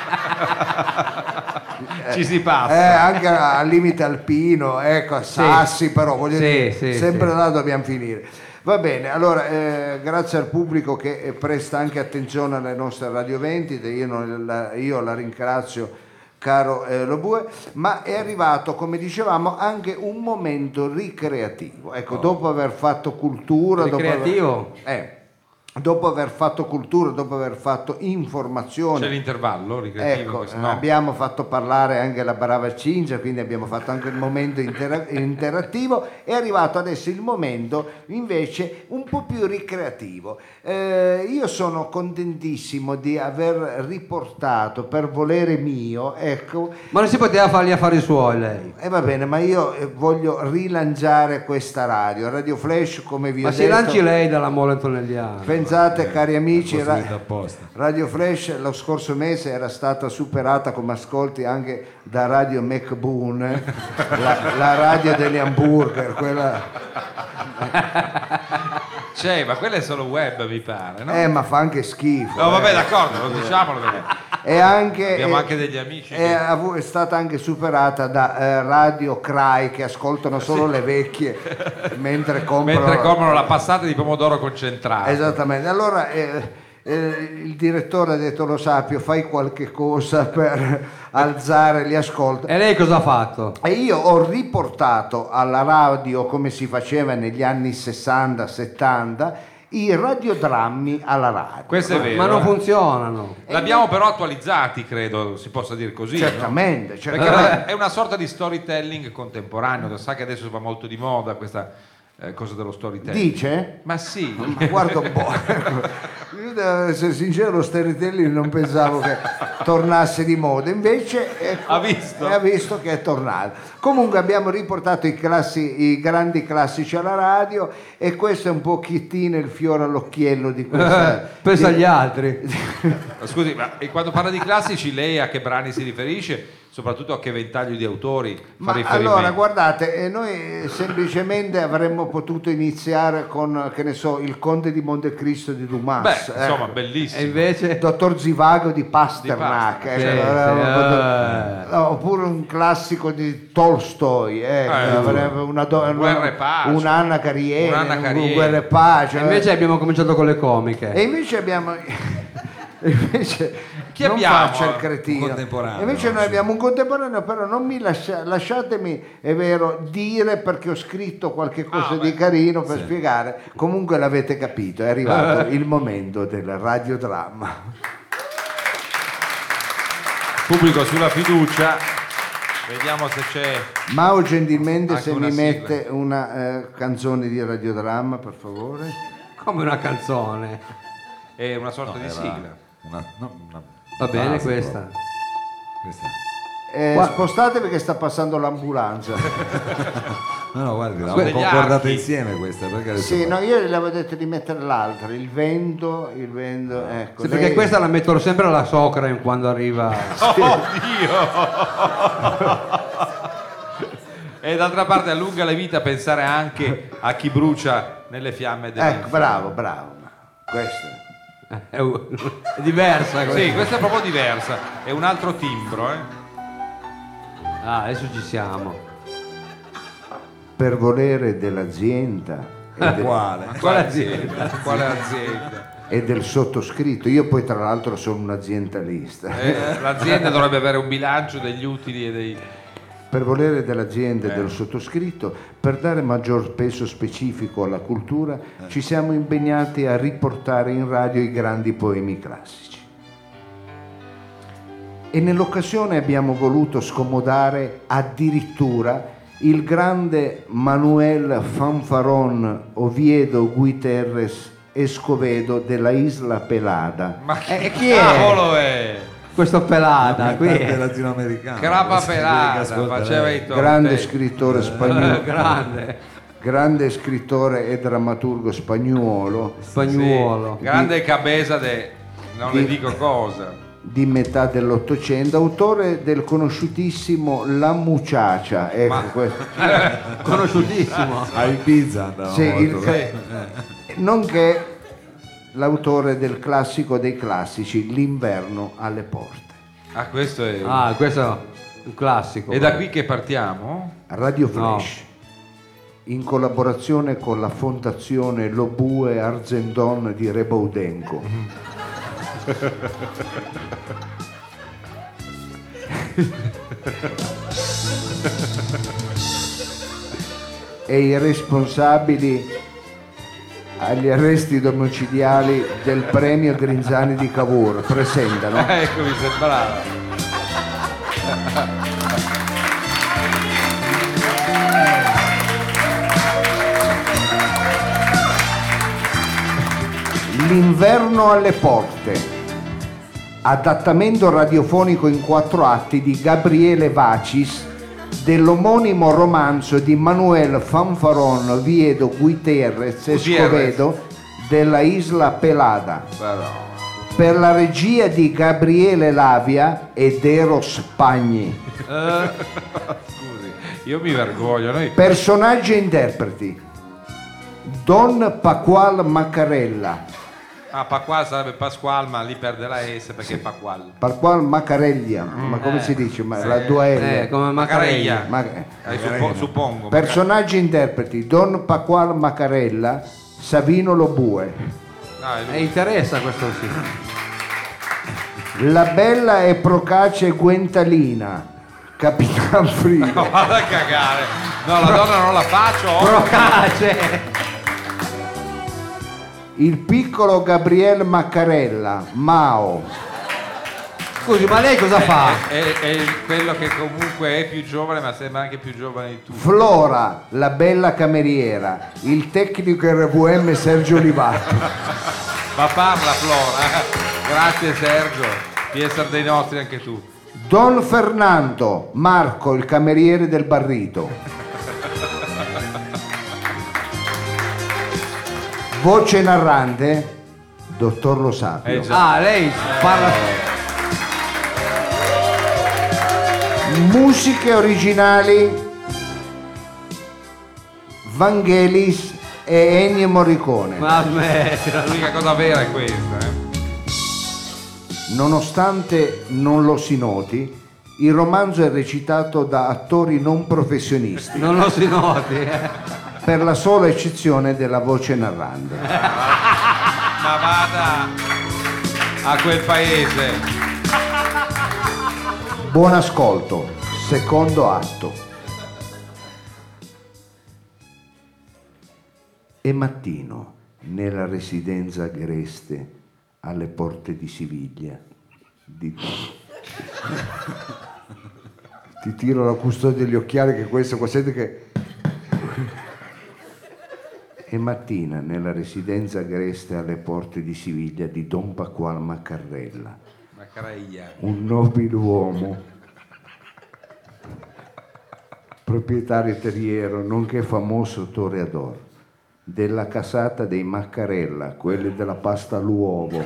Ci si
eh,
passa.
anche al limite alpino, ecco, a Sassi, però voglio
Sì,
dire,
sì,
sempre
sì.
là dobbiamo finire. Va bene, allora eh, grazie al pubblico che eh, presta anche attenzione alle nostre radiovendite, io, non la, io la ringrazio caro eh, Lobue, ma è arrivato, come dicevamo, anche un momento ricreativo. Ecco, dopo aver fatto cultura, dopo aver-
Ricreativo?
eh, dopo aver fatto cultura, dopo aver fatto informazione.
C'è l'intervallo ricreativo. in
Ecco,
questo- no.
abbiamo fatto parlare anche la brava Cinzia, quindi abbiamo fatto anche il momento intera- interattivo. È arrivato adesso il momento invece un po' più ricreativo. Eh, io sono contentissimo di aver riportato per volere mio, ecco,
Ma non si poteva fare gli affari suoi lei.
e va bene, ma io eh, voglio rilanciare questa radio, Radio Flash, come vi
Ma
ho
si
detto.
lanci lei dalla Mole Antonelliana.
Pensate, cari amici, ra-
costruita apposta.
Radio Flash lo scorso mese era stata superata come ascolti anche da Radio McBoon, eh, la, la radio degli hamburger, quella...
C'è, ma quella è solo web, mi pare, no?
Eh, ma fa anche schifo.
No, vabbè,
eh.
d'accordo, lo diciamolo perché
E anche,
abbiamo
eh,
anche degli amici.
È,
che-
avu- è stata anche superata da eh, Radio Cry che ascoltano solo le vecchie mentre comprano.
Mentre comprano la passata di pomodoro concentrato.
Esattamente, allora eh, eh, il direttore ha detto: lo Sapio, fai qualche cosa per alzare gli ascolti.
E lei cosa ha fatto?
E io ho riportato alla radio, come si faceva negli anni sessanta settanta, i radiodrammi alla radio.
Questo è vero.
Ma non
eh.
funzionano.
L'abbiamo però attualizzati, credo si possa dire così. no?
Certamente,
Perché
certamente.
è una sorta di storytelling contemporaneo, sa che adesso va molto di moda questa eh, cosa dello storytelling.
Dice?
Ma sì.
Ma guarda un po', io devo essere sincero, lo storytelling non pensavo che tornasse di moda, invece ecco,
Ha visto?
ha visto che è tornato. Comunque abbiamo riportato i, classi, i grandi classici alla radio e questo è un pochettino il fiore all'occhiello di questa...
Pensa
di-
agli altri.
Scusi, ma e quando parla di classici, lei a che brani si riferisce? Soprattutto a che ventaglio di autori fa
Ma
riferimento?
allora guardate, eh, noi semplicemente avremmo potuto iniziare con, che ne so, il Conte di Montecristo di Dumas,
Beh, insomma,
ecco.
bellissimo.
E invece...
Dottor Zivago di Pasternak,
Di Pasternak,
ecco,
sì,
avremmo
sì,
potuto- no, oppure un classico di Tolstoi, ecco,
Eh,
avrebbe una, do- una,
Guerra e pace.
un'Anna Carriere,
Un'Anna
un
Carriere.
Guerra e pace.
E invece abbiamo cominciato con le comiche.
E invece abbiamo... invece
Chi
non
abbiamo?
faccia il cretino.
Un contemporaneo,
Invece noi
sì.
abbiamo un contemporaneo, però non mi lascia- lasciatemi, è vero, dire, perché ho scritto qualche cosa
Ah,
di
beh.
carino per spiegare. Comunque l'avete capito, è arrivato il momento del radiodramma.
Pubblico sulla fiducia, vediamo se c'è.
Mao, gentilmente,
Anche
se
una
mi
sigla.
mette una eh, canzone di radiodramma, per favore.
Come una canzone.
È una sorta di
Era
sigla.
una- no, una
Va bene
base
questa.
proprio. Questa.
Eh,
Qua-
spostatevi che sta passando l'ambulanza.
No, no, guardi,
Sono
l'abbiamo
degli
concordata
archi.
insieme questa, perché adesso
Sì, no, io le avevo detto di mettere l'altra, il vento, il vento, ecco.
Sì,
lei-
perché questa la mettono sempre alla socra in- quando arriva.
Oh Dio! E d'altra parte allunga la vita pensare anche a chi brucia nelle fiamme del
Ecco, bravo, bravo. Questo.
È, u- è diversa questa.
Sì, questa è proprio diversa, è un altro timbro, eh.
Ah, adesso ci siamo.
Per volere dell'azienda e, de-
Quale?
Quale azienda?
Quale azienda?
e del sottoscritto, io poi tra l'altro sono un aziendalista,
Eh, l'azienda dovrebbe avere un bilancio degli utili e dei...
per volere dell'azienda e del sottoscritto, per dare maggior peso specifico alla cultura, ci siamo impegnati a riportare in radio i grandi poemi classici. E nell'occasione abbiamo voluto scomodare addirittura il grande Manuel Fanfarón Oviedo Guiterres Escovedo della Isla Pelada.
Ma chi,
Eh, chi è?
cavolo è?
Questo pelata qui.
Cantante latinoamericano.
Crapa
Si deve
pelata,
ascoltare.
faceva i tortelli.
Grande scrittore spagnolo,
Grande.
grande scrittore e drammaturgo spagnuolo
Spagnuolo.
Sì, grande cabeza de... non le
Di-
dico cosa.
di metà dell'Ottocento, autore del conosciutissimo La Muchacha, ecco
Ma-
questo.
Conosciutissimo.
A Ibiza andava
Sì,
molto.
il- nonché l'autore del classico dei classici, L'inverno alle porte.
Ah, questo è...
Ah, questo è un classico.
E da qui che partiamo?
Radio Flash, in collaborazione con la Fondazione Lobue Arzendon di Rebaudenco. E i responsabili agli arresti domiciliari del premio Grinzani di Cavour presentano
Ecco, mi sembrava.
L'inverno alle porte, adattamento radiofonico in quattro atti di Gabriele Vacis dell'omonimo romanzo di Manuel Fanfarón Oviedo Guiterres Escovedo della Isla Pelada,
Però...
per la regia di Gabriele Lavia ed Eros Pagni.
Scusi, io mi vergogno. Noi...
Personaggi e interpreti: Don Pasqual Maccarella,
Ah, Pasquale sarebbe Pasquale, ma lì perde la S perché è Pasquale.
Pasqual Maccarella, ma come si dice? Ma la due L.
Eh, come Macarella.
Macarella.
Ma-
Eh, suppo- suppongo.
Personaggi e interpreti: Don Pasqual Maccarella, Savino Lobue.
No, è
E
lui.
interessa questo sì.
La bella e procace Guentalina, Capitan Frigo.
No, vada a cagare. No, la donna non la faccio. oh.
Procace.
Il piccolo Gabriel Maccarella, Mao.
Scusi, ma lei cosa fa?
È, è quello che comunque è più giovane, ma sembra anche più giovane di tutti.
Flora, la bella cameriera, il tecnico R V M Sergio Olivato.
Ma parla Flora. Grazie Sergio di essere dei nostri anche tu.
Don Fernando, Marco, il cameriere del Barrito. Voce narrante, Dottor Lo Sapio.
Eh già.
Ah, lei parla.
Musiche originali, Vangelis e Ennio Morricone.
Ma smettila.
L'unica cosa vera è questa. Eh.
Nonostante non lo si noti, il romanzo è recitato da attori non professionisti,
Non lo si noti. eh.
per la sola eccezione della voce narrante.
Ma vada a quel paese.
Buon ascolto, secondo atto. È mattino nella residenza agreste alle porte di Siviglia. Di... Ti tiro la custodia degli occhiali che questo qua sente che... È mattina nella residenza agreste alle porte di Siviglia di Don Pasqual Maccarella,
Maccarella.
un nobile uomo, proprietario terriero, nonché famoso toreador, della casata dei Maccarella, quelli della pasta all'uovo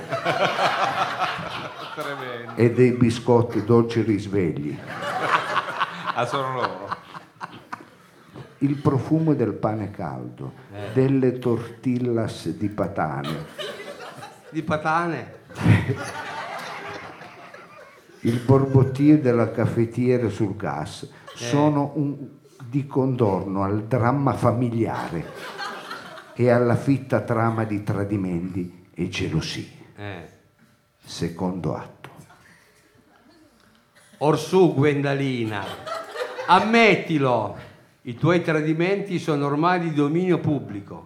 Tremendo.
e dei biscotti dolci risvegli.
Ah, sono loro.
Il profumo del pane caldo, delle tortillas di patane,
Di patane.
il borbottio della caffettiera sul gas sono un, di contorno al dramma familiare e alla fitta trama di tradimenti e gelosie.
Eh.
Secondo atto.
Orsù, Gwendalina, ammettilo, i tuoi tradimenti sono ormai di dominio pubblico.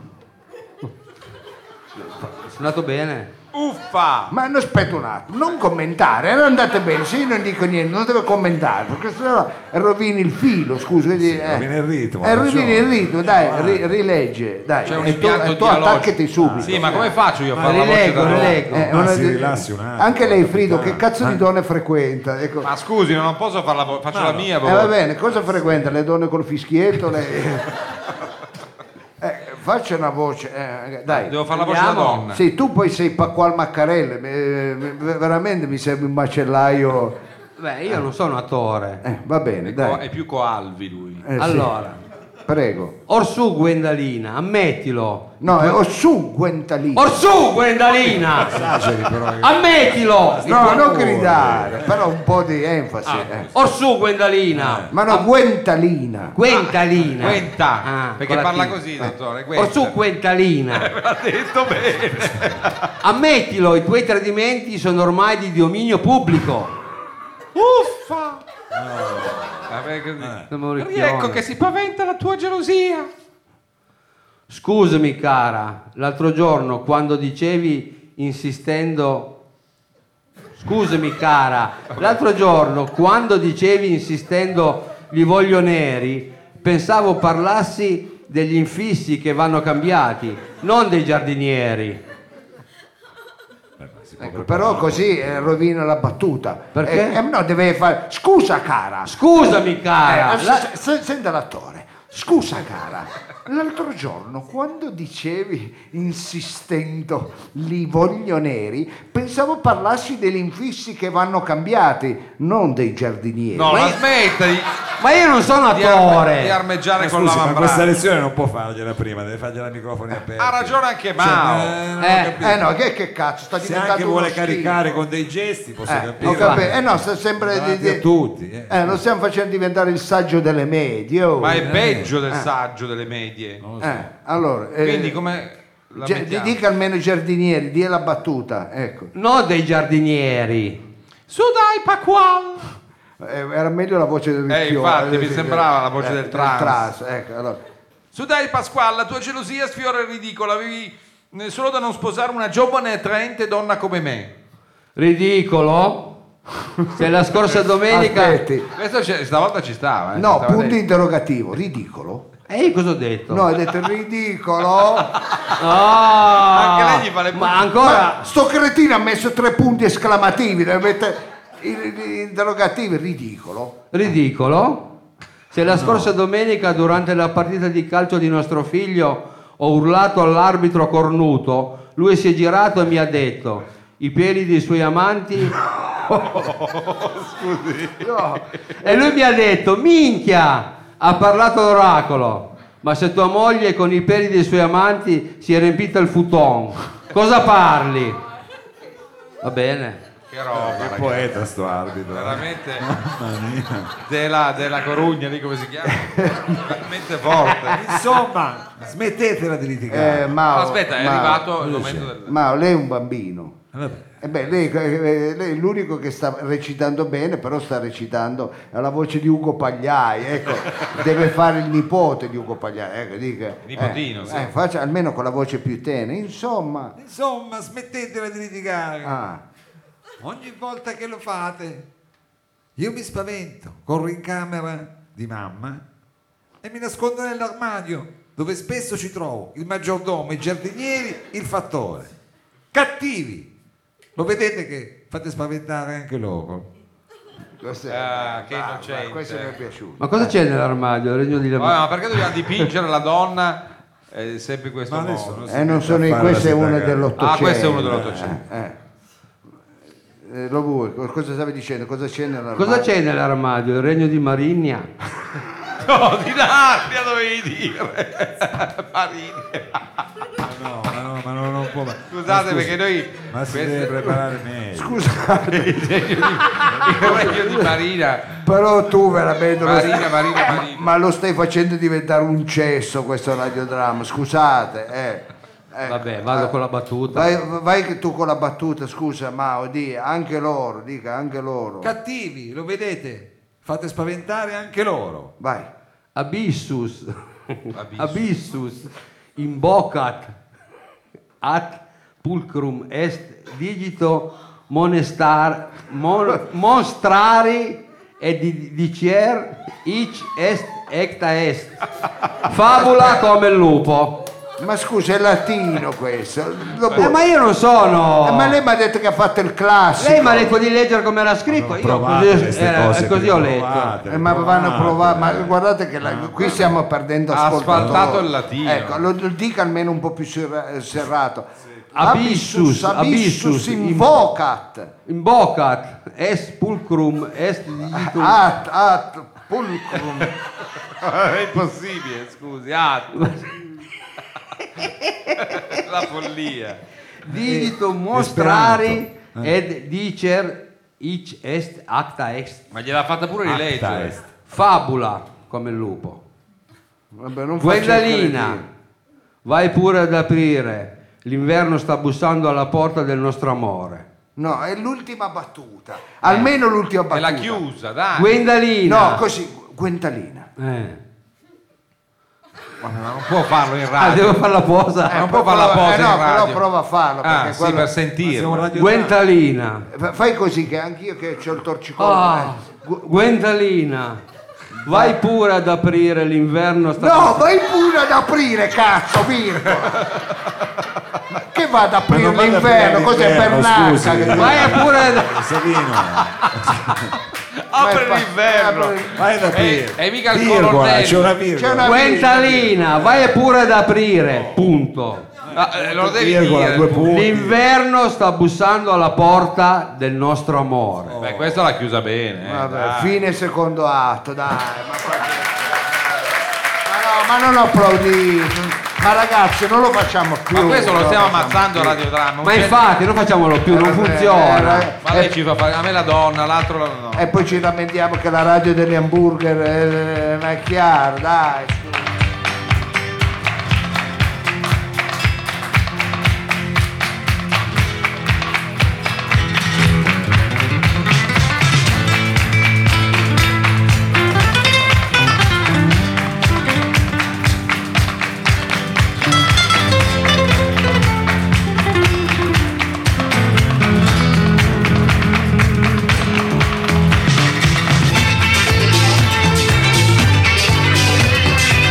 Sono andato bene?
Uffa!
Ma no, aspetta un attimo, non commentare, non andate bene, se io non dico niente non deve commentare, perché sennò rovini il filo, scusa. Sì, eh.
rovini il ritmo,
Eh, rovini
ragione.
il ritmo, dai, ri- rilegge, dai.
C'è un
e tu,
impianto
e tu
dialogico.
attaccati subito.
Sì, ma come faccio io a
Ma
fare la voce
rileggo,
da donna?
rileggo.
Eh,
Ma
una-
si rilassi un attimo.
Anche lei, Frido, che cazzo di donne frequenta? Ecco.
Ma scusi, non posso fare la voce, faccio la mia
Eh,
voce.
va bene, cosa frequenta? Le donne col fischietto? Le... eh, faccia una voce, eh, dai.
Devo fare la voce da
Andiamo.
donna.
Sì, tu poi sei Pasquale Maccarelle, eh, veramente mi sembri un macellaio.
Beh, io non sono attore.
Eh, va bene,
È, co-
dai.
è più coalvi lui.
Eh, sì.
Allora,
Prego.
Orsù, Gwendalina, ammettilo.
No, è Ossù Guentalino.
Orsù, Gwendalina,
Esageri però. eh.
ammettilo.
No, non gridare, però un po' di enfasi.
Ah,
eh.
Orsù, Gwendalina.
Ma no, Guentalina.
Gwendalina.
Quenta,
Ah,
perché
con la
parla
T.
così, dottore. Quenta.
Orsù, Gwendalina.
Ha detto bene.
Ammettilo, i tuoi tradimenti sono ormai di dominio pubblico.
Uffa! Vabbè, così.
Non me lo
Ecco
richiamo.
che si paventa la tua gelosia.
Scusami cara, l'altro giorno quando dicevi insistendo Scusami cara, l'altro giorno quando dicevi insistendo li voglio neri, pensavo parlassi degli infissi che vanno cambiati, non dei giardinieri.
Ecco, però così eh, rovina la battuta.
Perché?
Eh, eh, no, deve fare. Scusa cara.
Scusami cara,
Eh,
la-
se- se- senta l'attore. Scusa cara, l'altro giorno quando dicevi insistendo li voglio neri, pensavo parlassi degli infissi che vanno cambiati, non dei giardinieri.
No,
Ma
ma
io-
smetta di,
ma io non sono
di arme- di
attore.
armeggiare
Ma
con
scusi,
la
ma questa
mambrana.
lezione non può fargliela prima, deve fargliela a microfoni aperti.
Ha ragione anche
Cioè,
Mao.
eh, non ho
Eh,
capito.
Eh no, che, che cazzo, sta
Se
diventando
anche vuole
uno schifo.
caricare con dei gesti, posso
Eh,
capire.
ho capito. Eh no, sta sempre di,
Davanti
di-
a tutti. eh.
eh, lo stiamo facendo diventare il saggio delle medie. oh.
Ma è peggio del saggio delle medie.
Eh, allora, eh,
Quindi come la
gi-
mettiamo?
dica almeno i giardinieri, dia la battuta, ecco.
Non dei giardinieri.
Su dai Pasquale.
Eh, era meglio la voce del
Eh,
ricchione,
infatti, mi
sì,
sembrava la voce
eh,
del trans.
ecco, allora.
Su dai Pasquale, la tua gelosia sfiora il ridicolo. Avevi eh, solo da non sposare una giovane e attraente donna come me.
Ridicolo? Se la scorsa domenica...
Aspetti.
Questo c'è- stavolta ci stava. Eh,
No,
stava
punto
dentro.
interrogativo, ridicolo?
E io cosa ho detto?
No, hai detto ridicolo.
Ah,
Anche lei gli fa le
ma
punte.
ancora...
Ma sto cretino ha messo tre punti esclamativi, deve mettere i- i- interrogativi, ridicolo.
Ridicolo? Se la scorsa domenica durante la partita di calcio di nostro figlio ho urlato all'arbitro cornuto, lui si è girato e mi ha detto i peli dei suoi amanti
No,
e lui mi ha detto minchia, ha parlato l'oracolo, ma se tua moglie con i peli dei suoi amanti si è riempita il futon, cosa parli? Va bene.
Che roba,
Che
ragazzi.
poeta sto arbitro.
Veramente della, della Corugna, lì come si chiama? Veramente forte.
Insomma, smettetela di litigare.
eh, Mao,
Aspetta, è
Mao,
arrivato il momento del...
Mao, lei è un bambino.
Vabbè.
E beh, lei, eh, lei è l'unico che sta recitando bene, però sta recitando alla voce di Ugo Pagliai, ecco, deve fare il nipote di Ugo Pagliai, ecco, dica.
Nipotino,
eh,
sì.
eh, faccia almeno con la voce più tenera, insomma.
Insomma, smettetela di litigare.
Ah,
Ogni volta che lo fate, io mi spavento, corro in camera di mamma e mi nascondo nell'armadio, dove spesso ci trovo il maggiordomo, i giardinieri, il fattore. Cattivi! Lo vedete che fate spaventare anche loro?
cos'è?
Ah, che
Ah,
innocente.
questo mi è piaciuto.
Ma cosa c'è nell'armadio? Il regno di
Vabbè, ma perché dobbiamo dipingere la donna eh, sempre in questo
Ma adesso
modo?
non si
Eh, non
mette
sono
a
in
fare
questo è
la
uno
sindacale.
dell'Ottocento.
Ah, questo è uno dell'Ottocento.
Eh, eh. Eh, lo vuoi? Cosa stavi dicendo? Cosa c'è nell'armadio?
Cosa c'è nell'armadio? Il regno di Marigna?
No, di Narnia dovevi dire. Marini.
No, ma non no, ma non, non può.
Scusate,
ma
perché noi
Ma si
questo-
deve preparare meglio.
Scusate,
il regno di Marina,
però tu veramente lo
Marina,
stai-
Marina, Marina.
ma lo stai facendo diventare un cesso questo radiodramma, scusate. Eh. Ecco.
Vabbè, vado con la battuta.
Vai, vai che tu con la battuta, scusa Mao, di anche loro, dica anche loro.
Cattivi, lo vedete? Fate spaventare anche loro.
Vai.
Abissus, abissus, imbocat, at pulcrum est digito monestar, mon, monstrari e di, dicer ic est ecta est. Fabula come il lupo.
Ma scusa, è latino questo. Lo
Eh, ma io non sono.
Eh, ma lei mi ha detto che ha fatto il classico.
Lei mi ha detto di leggere come era scritto.
Ma
Io
provate
così,
queste
eh,
cose,
così ho
provate.
letto.
Eh, ma vanno a provare, ma guardate che la- qui stiamo perdendo
Ha
ascoltatori.
asfaltato il latino.
Ecco, lo, lo dica almeno un po' più serra- serrato.
Abissus,
abissus, abissus
abissus,
invocat.
Imbocat est pulcrum est digito.
At, at, pulcrum.
È impossibile, scusi. Ah. La follia.
Digito
Eh,
mostrari ed dicer ic est acta est.
Ma gliel'ha fatta pure
Acta
rileggere.
est.
Fabula come il lupo.
Vabbè, non faccio il
Gwendalina,
cretino.
vai pure ad aprire. L'inverno sta bussando alla porta del nostro amore.
No, è l'ultima battuta. Almeno l'ultima
E
battuta.
l'ha chiusa, dai.
Gwendalina.
No, così, Gwendalina.
Eh.
Ma non può farlo in
Ah,
radio.
devo fare la posa.
Eh, non può fare la posa
Eh no,
in radio.
però prova a farlo.
Ah,
Perché
sì,
quello-
per
Siamo
sentirlo.
radio-
Gwendalina.
Fa- Fai così che anch'io che ho il torcicollo.
Ah,
eh. Gu-
Gwendalina, vai pure ad aprire, l'inverno sta...
No, vai pure ad aprire, cazzo, Mirko! Che va ad aprire
non vada a
l'inverno?
aprire
Cos'è
l'inverno,
Pernacca?
scusi.
che-
Vai pure ad...
Savino,
Apre
Vai,
l'inverno.
apre-
vai ad aprire.
E mica il
Virgola,
colonnello.
c'è una
C'è
virgola.
una-
Gwendalina, vai pure ad aprire, punto.
Ah, eh, lo devi
Virgola,
dire.
due punti.
L'inverno sta bussando alla porta del nostro amore.
Beh, questa l'ha chiusa bene. eh,
Vabbè,
dai.
fine secondo atto, dai. Ma, qua- ma no, ma non applaudite. Ma ragazzi, non lo facciamo più.
Ma questo lo
non
stiamo
facciamo
ammazzando a
più.
radiodramma.
Ma infatti non facciamolo più, non
Eh,
funziona.
eh,
Ma lei ci fa fare a me la donna, l'altro la no.
E poi ci lamentiamo che la radio degli hamburger è, è chiara, dai. scusa.
Thank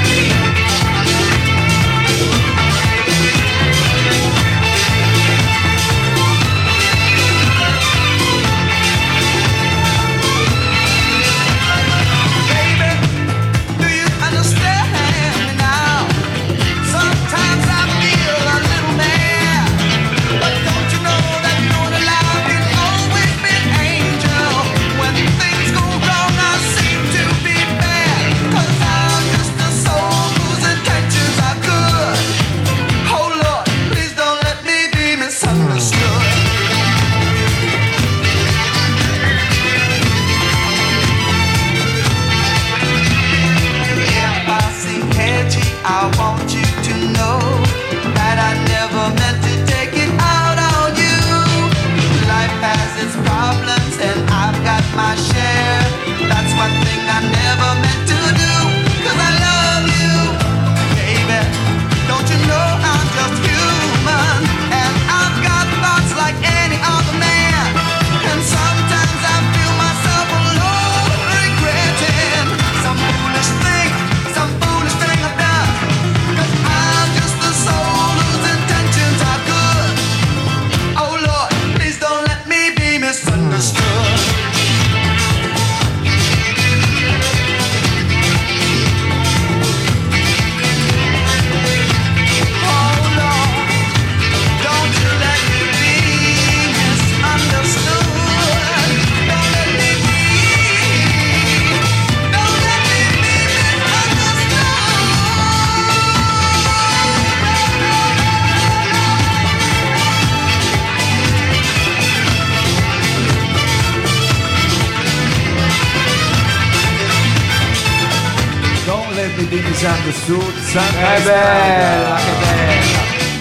Don't Let Me Be Misunderstood.
Che bella, che bella.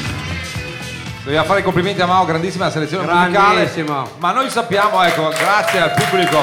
Dobbiamo fare i complimenti a Mao, grandissima selezione
Grandissima.
musicale. Ma noi sappiamo, ecco, grazie al pubblico,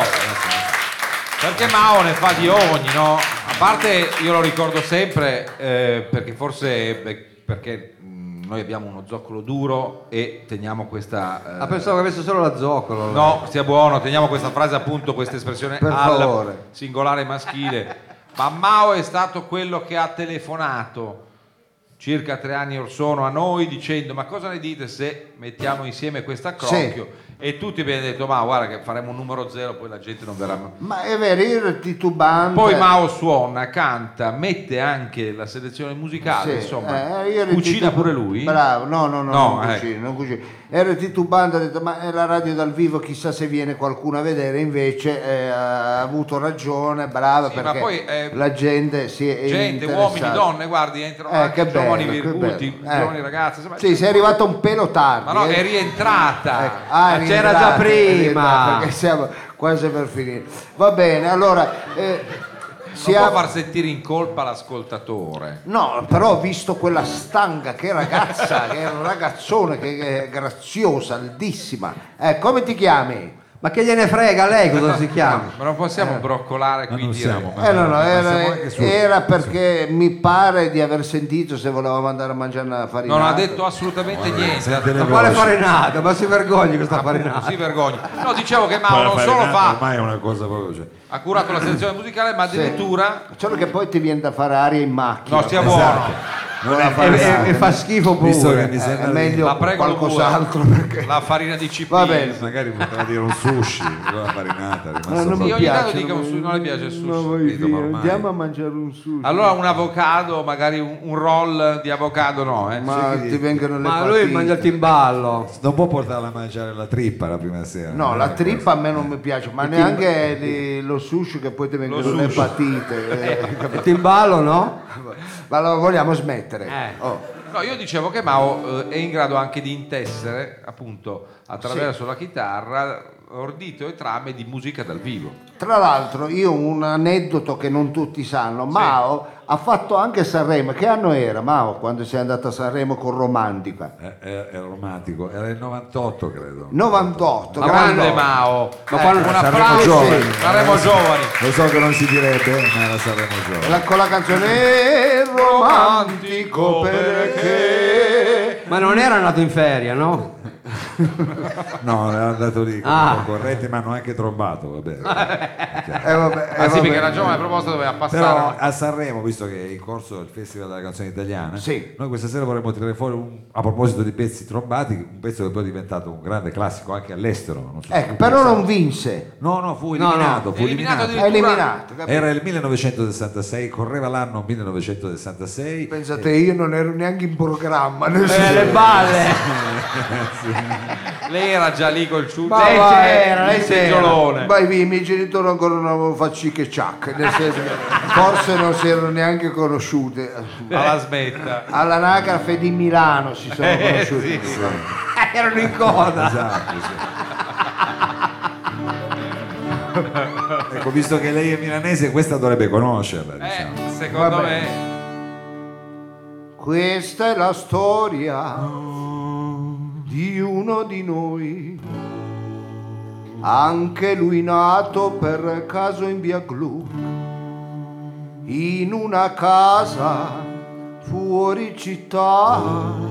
perché Mao ne fa di ogni, no? A parte io lo ricordo sempre, eh, perché forse beh, perché mh, noi abbiamo uno zoccolo duro e teniamo questa. Eh,
Ah, pensavo che avesse solo la zoccolo.
No, stia buono, teniamo questa frase, appunto, questa espressione
Per
al
favore.
singolare maschile. Ma Mao è stato quello che ha telefonato circa tre anni or sono a noi dicendo: ma cosa ne dite se mettiamo insieme questa crocchio? E tutti abbiamo detto: ma guarda che faremo un numero zero, poi la gente non verrà.
Ma è vero, io ero titubante.
Poi Mao suona, canta, mette anche la selezione musicale,
Sì,
insomma,
eh, io ero
cucina
titub-
pure lui?
Bravo, no, no, no,
No,
non
ecco.
cucina, non cucina. Ero titubante, ho detto, ma è la radio dal vivo, chissà se viene qualcuno a vedere, invece eh, ha avuto ragione, brava,
Sì, ma
perché
poi, eh,
la gente si è
Gente,
interessata.
uomini, donne, guardi, entrano
Eh,
anche
che
giovani
bello, che
virtuti,
bello. Eh.
giovani ragazzi. insomma,
Sì, sei arrivato un pelo tardi.
Ma no,
eh.
è rientrata.
Ecco. Ah,
Ma c'era
rientrate,
già prima.
rientrate, perché siamo quasi per finire. Va bene, allora eh,
Non
si
può
ha-
far sentire in colpa l'ascoltatore.
No, però ho visto quella stanga, che ragazza, che è un ragazzone, che è graziosa, altissima. Eh, come ti chiami?
Ma che gliene frega lei cosa si chiama?
Ma non possiamo broccolare
Ma
qui
non
in
siamo,
diretta.
ma-
Eh no, no,
ma
era,
siamo anche su-
era perché mi pare di aver sentito se volevamo andare a mangiare una farinata.
Non ha detto assolutamente niente.
Sente le
Ma quale
voci.
farinata? Ma si vergogni questa farinata.
Si vergogna. No, dicevo che Mao
Poi la
non solo
farinata
fa,
ormai è una cosa proprio, cioè.
ha curato la selezione musicale, ma addirittura.
Solo che poi ti viene da fare aria in macchina.
No, stia
Esatto.
buono.
Non la
E,
farinata.
e- e fa schifo
Visto che
pure.
mi
Eh,
sembra
è
di-
meglio
La prego lo
qualcos'altro
pure.
perché...
La farina di cipino.
Va bene.
magari potrà dire un sushi, la farinata, è rimasto
Ma non
proprio-
mi
Io ogni tanto
piace,
dico un su- non le piace il sushi,
no, vai
capito,
via,
ma ormai-
andiamo a mangiare un sushi.
Allora un avocado, magari un, un roll di avocado no, eh?
Ma ti vengono le
Ma lui
partite.
mangia il timballo.
Non può portarla a mangiare la trippa la prima sera.
No,
non
la
è
trippa a me non mi piace, ma neanche li- lo sushi che poi ti vengono le
sushi.
patite. eh,
Il timballo no?
Ma lo vogliamo smettere?
Eh.
Oh.
No, io dicevo che Mao eh, è in grado anche di intessere, appunto, attraverso la chitarra, ordito e trame di musica dal vivo.
Tra l'altro io ho un aneddoto che non tutti sanno, Mao ha fatto anche Sanremo. Che anno era Mao quando sei andato a Sanremo con Romantica?
È, è- è romantico, era il novantotto credo.
novantotto,
Ma
grande.
grande Mao!
Ma quando-
un
Sanremo
applauso,
giovani.
saremo giovani.
Lo so che non si direbbe, ma era Sanremo giovane.
La- con la canzone "Eh, romantico perché
Ma non era nato in ferie, no?
No, era andato lì con
Ah.
i concorrenti, ma hanno anche trombato, vabbè. È chiaro.
Eh, vabbè, eh,
Ah sì,
vabbè.
perché la giovane proposta doveva passare.
Però a Sanremo, visto che è in corso il Festival della canzone italiana,
Sì.
noi questa sera vorremmo tirare fuori, un- a proposito di pezzi trombati, un pezzo che poi è diventato un grande classico anche all'estero. Non so se
Ecco,
tu
però
pensavi.
non vinse.
No, no, fu
No, no,
eliminato. fu
eliminato
eliminato.
È eliminato, capito?
Era il millenovecentosessantasei, correva l'anno millenovecentosessantasei.
Pensate, io non ero neanche in programma. nel
Eh,
senso-
le balle.
Lei era già lì col ciuccio.
Ma
Lei
vai,
c'era, lei
il
seggiolone.
Vai via, i miei genitori ancora non avevano fatto cic e ciac, nel senso che forse non si erano neanche conosciute.
Alla smetta.
All'anagrafe di Milano si sono conosciuti.
Erano in coda.
Esatto, sì. Ecco, visto che lei è milanese, questa dovrebbe conoscerla, diciamo.
Eh, secondo
Vabbè.
me.
Questa è la storia di uno di noi, anche lui nato per caso in via Gluck, in una casa fuori città,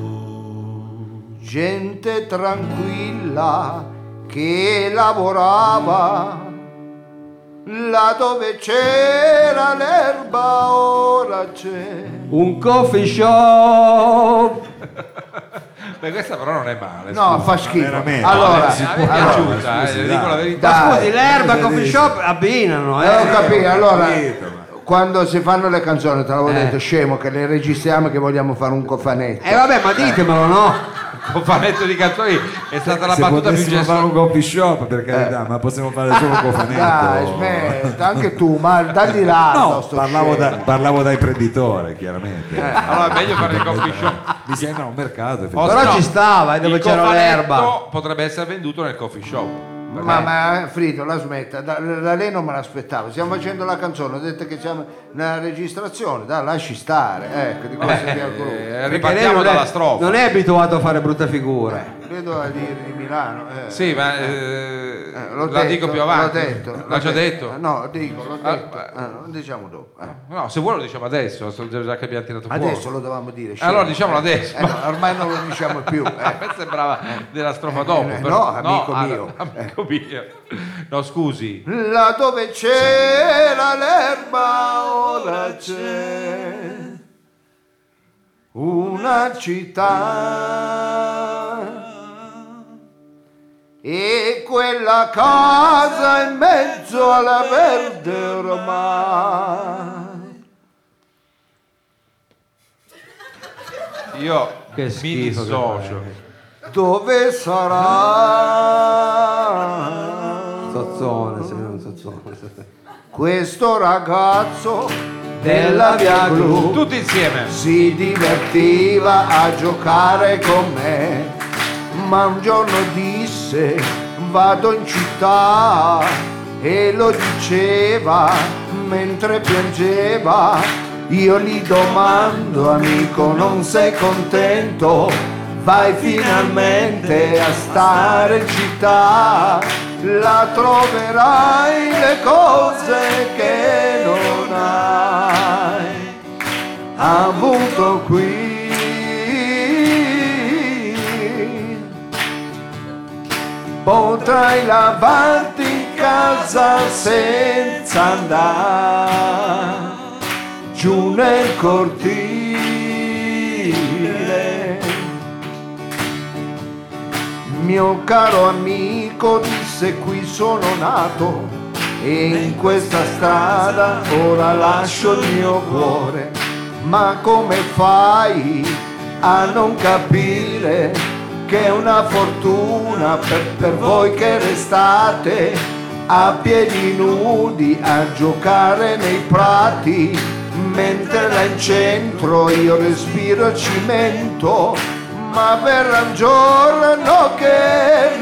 gente tranquilla che lavorava, là dove c'era l'erba ora c'è.
Un coffee shop.
Beh, questa però non è male.
No,
scusa.
fa schifo.
veramente.
Allora,
Eh, sì, a me è
allora,
piaciuta, eh,
scusi,
le dico
dai.
la verità.
Dai.
Scusi, l'erba
cosa
coffee
dici?
shop abbinano,
eh,
eh.
ho capito. Allora,
capito, ma-
quando si fanno le canzoni, te l'avevo
Eh.
detto, scemo, che le registriamo e che vogliamo fare un cofanetto.
Eh vabbè, ma ditemelo, no?
Cofanetto di canzoni è stata la
Se
battuta più
potessimo fare un
gestosa.
coffee shop, per carità, ma possiamo fare solo un cofanetto.
Dai, smetta, anche tu, ma dagli là.
No,
sto
parlavo da,
scemo.
parlavo da imprenditore, chiaramente.
Eh, allora è meglio fare il coffee shop.
Mi sembra un mercato.
O
effettivamente.
se
Però
no,
ci stava, eh, dove
il
c'era
cofanetto
l'erba.
potrebbe essere venduto nel coffee shop.
Ma, ma Frito, la smetta, da, da lei non me l'aspettavo, stiamo facendo la canzone, ho detto che siamo nella registrazione, dai, lasci stare, ecco, di questo
Eh,
ti auguro.
eh,
Perché lei
ripartiamo
non
dalla
è,
strofa.
non è abituato a fare brutte figure.
Credo a dire di Milano. Eh.
Sì, ma eh,
Eh, l'ho
la
detto,
dico più avanti.
L'ho detto.
L'ha già detto?
Eh, No, dico, l'ho
Ah,
detto.
beh.
Eh, non diciamo dopo. eh.
No, se vuoi lo diciamo adesso, so già che abbiamo tirato fuori.
Adesso lo dovevamo dire.
Allora
scemo.
diciamolo adesso.
Eh, no, ormai non lo diciamo più.
A
eh.
me sembrava della strofa dopo.
eh,
però-
no, amico
ah,
mio.
amico mio. No, scusi.
Là dove c'era l'erba ora c'è una città e quella casa in mezzo alla verde ormai.
Io
Che
mi
schifo che
dissocio.
Dove sarà
Sozzone, se non sozzone.
questo ragazzo della via Gru?
Tutti insieme.
Si divertiva a giocare con me, ma un giorno disse vado in città e lo diceva mentre piangeva. Io gli domando amico non sei contento? Vai finalmente a stare in città, la troverai le cose che non hai avuto qui. Potrai lavarti in casa senza andare giù nel cortile. Mio caro amico disse qui sono nato e in questa strada ora lascio il mio cuore. Ma come fai a non capire che è una fortuna per, per voi che restate a piedi nudi a giocare nei prati, mentre là in centro io respiro cimento, ma verrà un giorno che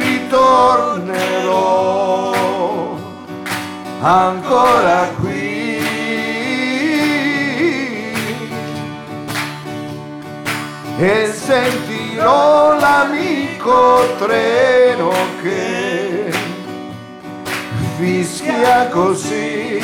ritornerò ancora qui. E sentirò l'amico treno che fischia così.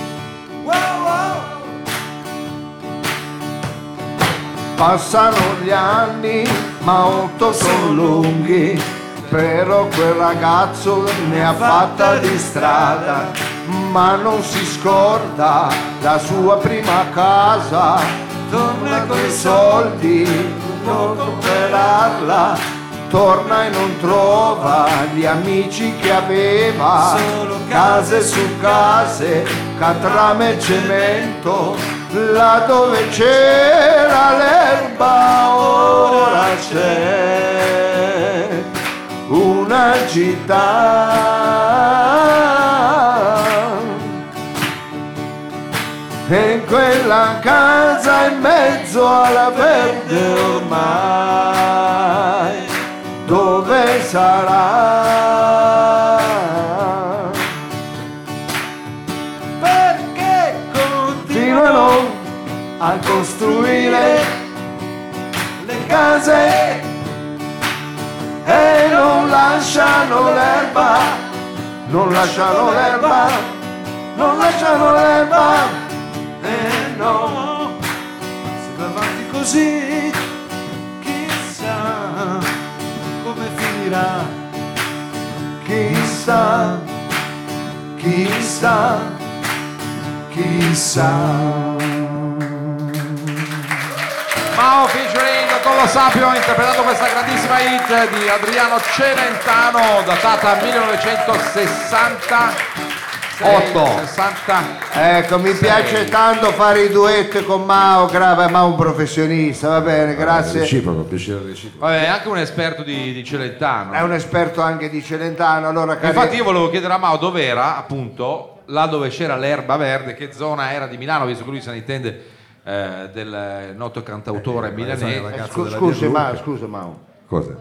Passano gli anni ma otto sono lunghi, però quel ragazzo ne ha fatta di strada, ma non si scorda la sua prima casa. Torna coi soldi, non comprarla, torna e non trova gli amici che aveva, solo case su case, catrame e cemento, là dove c'era l'erba ora c'è una città. E quella casa in mezzo alla verde ormai, dove sarà? Perché continuano a costruire le case e non lasciano l'erba, non lasciano l'erba, non lasciano l'erba. Eh no, se va avanti così, chissà come finirà, chissà, chissà, chissà.
Mao featuring con lo Sapio interpretando questa grandissima hit di Adriano Celentano datata millenovecentosessanta.
Otto.
sessanta.
Ecco, mi piace tanto fare i duetti con Mao, grave, ma un professionista, va bene, grazie.
Reciproco, piacere reciproco.
Vabbè, è anche un esperto di, di Celentano.
È un esperto anche di Celentano, allora cari...
Infatti io volevo chiedere a Mao dov'era, appunto, là dove c'era l'erba verde, che zona era di Milano, visto che lui se ne intende eh, del noto cantautore
Eh,
milanese.
ragazzo
Scu-
della
scusi,
via
ma,
Lucca.
scusa Mao,
Cosa?
mi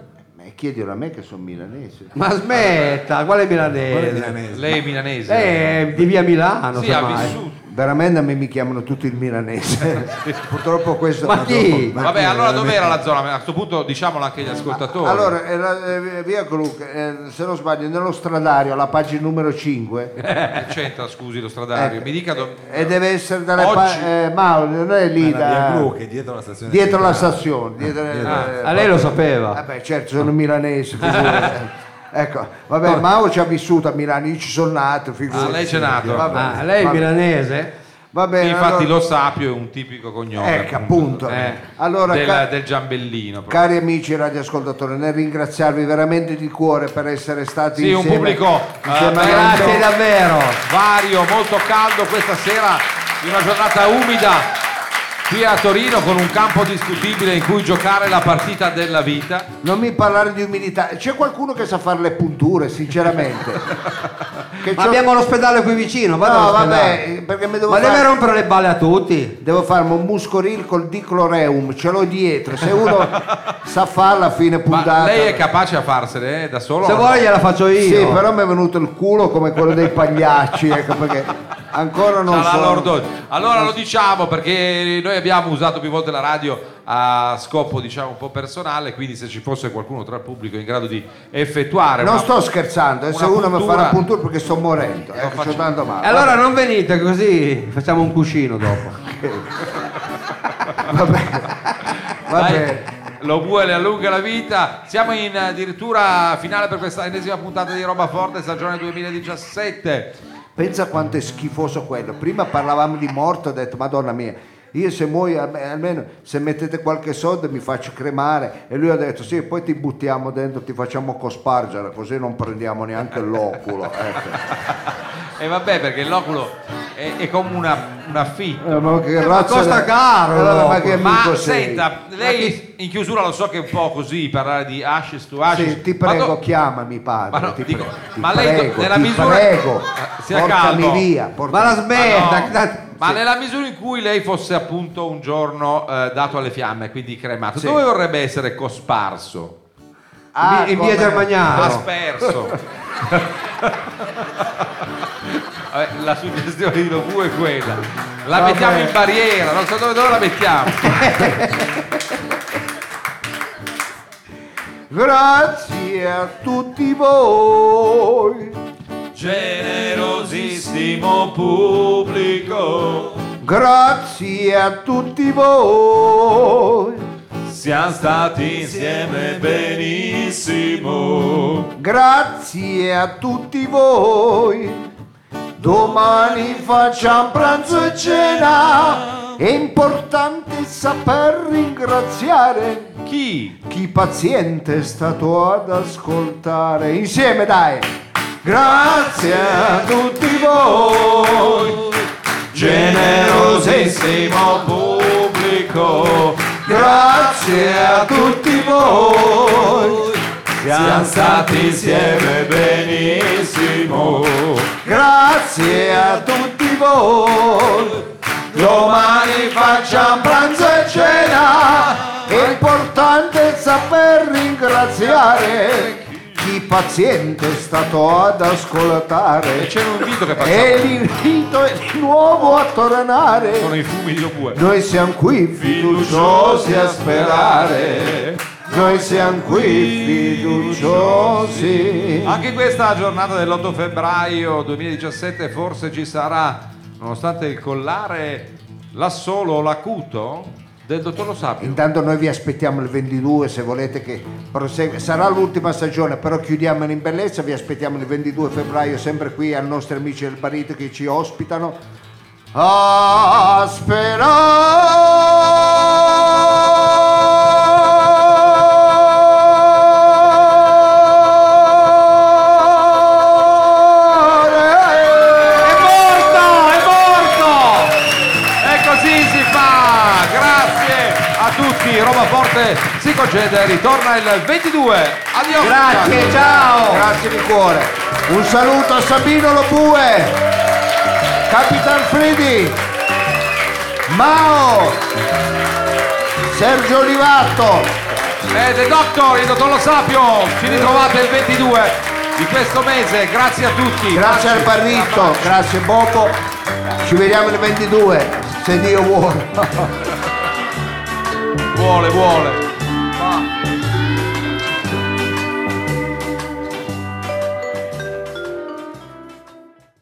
Eh, chiedilo a me che sono milanese.
Ma smetta, quale milanese?
Quale milanese?
Lei è milanese?
Lei è di via Milano,
sì, ha
semmai.
vissuto.
Veramente a me mi chiamano tutti il milanese. Purtroppo questo.
Ma chi?
Ma
Vabbè,
chi
allora
veramente?
dov'era la zona? A questo punto diciamolo anche agli ascoltatori.
Allora, è la- è via Gluck, eh, se non sbaglio, nello stradario, alla pagina numero cinque.
Che c'entra, scusi, lo stradario? Mi dica dove...
E deve essere dalle
Oggi-
pa- eh, Mauro, non è lì
La
da-
via Glu, che è dietro la stazione
dietro la
centrale.
stazione. Dietro, eh,
Ah, lei lo sapeva.
Vabbè, certo, sono milanese. figurati. Ecco, vabbè, Mauro ci ha vissuto a Milano, io ci sono nato, figurati.
Ah, lei c'è nato.
Vabbè,
Ah, lei è
vabbè.
milanese?
Va bene,
Infatti
allora-
lo Sapio è un tipico cognome.
Ecco, appunto.
Eh,
Allora,
del,
ca-
del Giambellino. proprio.
Cari amici radioascoltatori, nel ringraziarvi veramente di cuore per essere stati
Sì, un
insieme,
pubblico,
insieme
eh,
a noi.
Grazie davvero.
Vario, molto caldo questa sera, in una giornata umida qui a Torino, con un campo discutibile in cui giocare la partita della vita.
Non mi parlare di umidità, c'è qualcuno che sa fare le punture, sinceramente. Che
Ma
c'ho-
abbiamo l'ospedale qui vicino, vado
No,
all'ospedale.
vabbè, perché mi devo
Ma
fare...
deve rompere le balle a tutti.
Devo farmi un muscoril col dicloreum, ce l'ho dietro, se uno sa farla a fine puntata.
Ma lei è capace a farsene eh, da solo?
Se
o no?
vuoi gliela faccio io.
Sì, però mi è venuto il culo come quello dei pagliacci, ecco, perché ancora non
C'ha la
so.
lordone. Allora lo diciamo perché noi abbiamo usato più volte la radio a scopo diciamo un po' personale, quindi se ci fosse qualcuno tra il pubblico in grado di effettuare
Non
una-
sto scherzando, e se
una
uno mi fa
puntura-
la puntura perché sto morendo, ecco,
faccio-
c'ho tanto male.
E allora non venite così facciamo un cuscino dopo.
Va bene, va
Dai,
bene.
lo vuole allunga la vita. Siamo in addirittura finale per questa ennesima puntata di Roba Forte, stagione duemiladiciassette.
Pensa quanto è schifoso quello. Prima parlavamo di morto, ho detto, Madonna mia, io se muoio alme- almeno se mettete qualche soldo mi faccio cremare. E lui ha detto, sì, poi ti buttiamo dentro, ti facciamo cospargere, così non prendiamo neanche l'oculo. Ecco.
E vabbè, perché l'oculo è, è come una, un affitto.
Eh, ma che
ma
razza
costa
di-
caro,
Allora,
l'oculo.
ma che
Ma
amico sei?
senta, lei in chiusura lo so che è un po' così parlare di ashes to ashes.
Sì, ti
ma
prego,
do-
chiamami padre.
Ma no,
ti
dico,
prego, ti
ma lei do-
prego,
nella
ti
misura-
prego,
Eh, sia
portami
calmo.
via.
Ma
portami-
la smetta.
Ma no.
tanto-
Ma nella misura in cui lei fosse appunto un giorno eh, dato alle fiamme, quindi cremato,
Sì.
dove vorrebbe essere cosparso?
Ah,
in via
come-
Germaniano.
Asperso. Vabbè, la suggestione di Lobu è quella. La
Vabbè.
mettiamo in barriera, non so dove, dove la mettiamo.
Grazie a tutti voi,
Generosissimo pubblico,
grazie a tutti voi,
siamo stati insieme benissimo.
grazie a tutti voi. Domani facciamo pranzo e cena, è importante saper ringraziare
Chi?
chi paziente è stato ad ascoltare. Insieme dai! Grazie a tutti voi,
Generosissimo pubblico,
grazie a tutti voi,
siamo stati insieme benissimo.
grazie a tutti voi. Domani facciamo pranzo e cena, è importante saper ringraziare chi paziente è stato ad
E
ascoltare.
c'è un invito che
E
facciamo.
l'invito è di nuovo a tornare.
Sono i fumi di Lobu.
Noi siamo qui fiduciosi a sperare. Noi siamo qui fiduciosi.
Anche in questa giornata dell'otto febbraio duemiladiciassette forse ci sarà, nonostante il collare, l'assolo o l'acuto del dottor Lo Sapio.
Intanto noi vi aspettiamo il ventidue se volete che prosegue. Sarà l'ultima stagione, però chiudiamo in bellezza. Vi aspettiamo il ventidue febbraio sempre qui ai nostri amici del Barito che ci ospitano. A
È morto, è morto! E così si fa! Grazie a tutti, Roba Forte si concede, ritorna il ventidue. Adios!
Grazie, ciao.
Grazie di cuore. Un saluto a Sabino Lobue, Capitan Freddy, Mao, Sergio Olivatto,
E The Doctor, il dottor Lo Sapio, ci ritrovate il ventidue di questo mese, grazie a tutti.
Grazie al Barrito, grazie Bobo, ci vediamo il ventidue, se Dio vuole.
Vuole, vuole.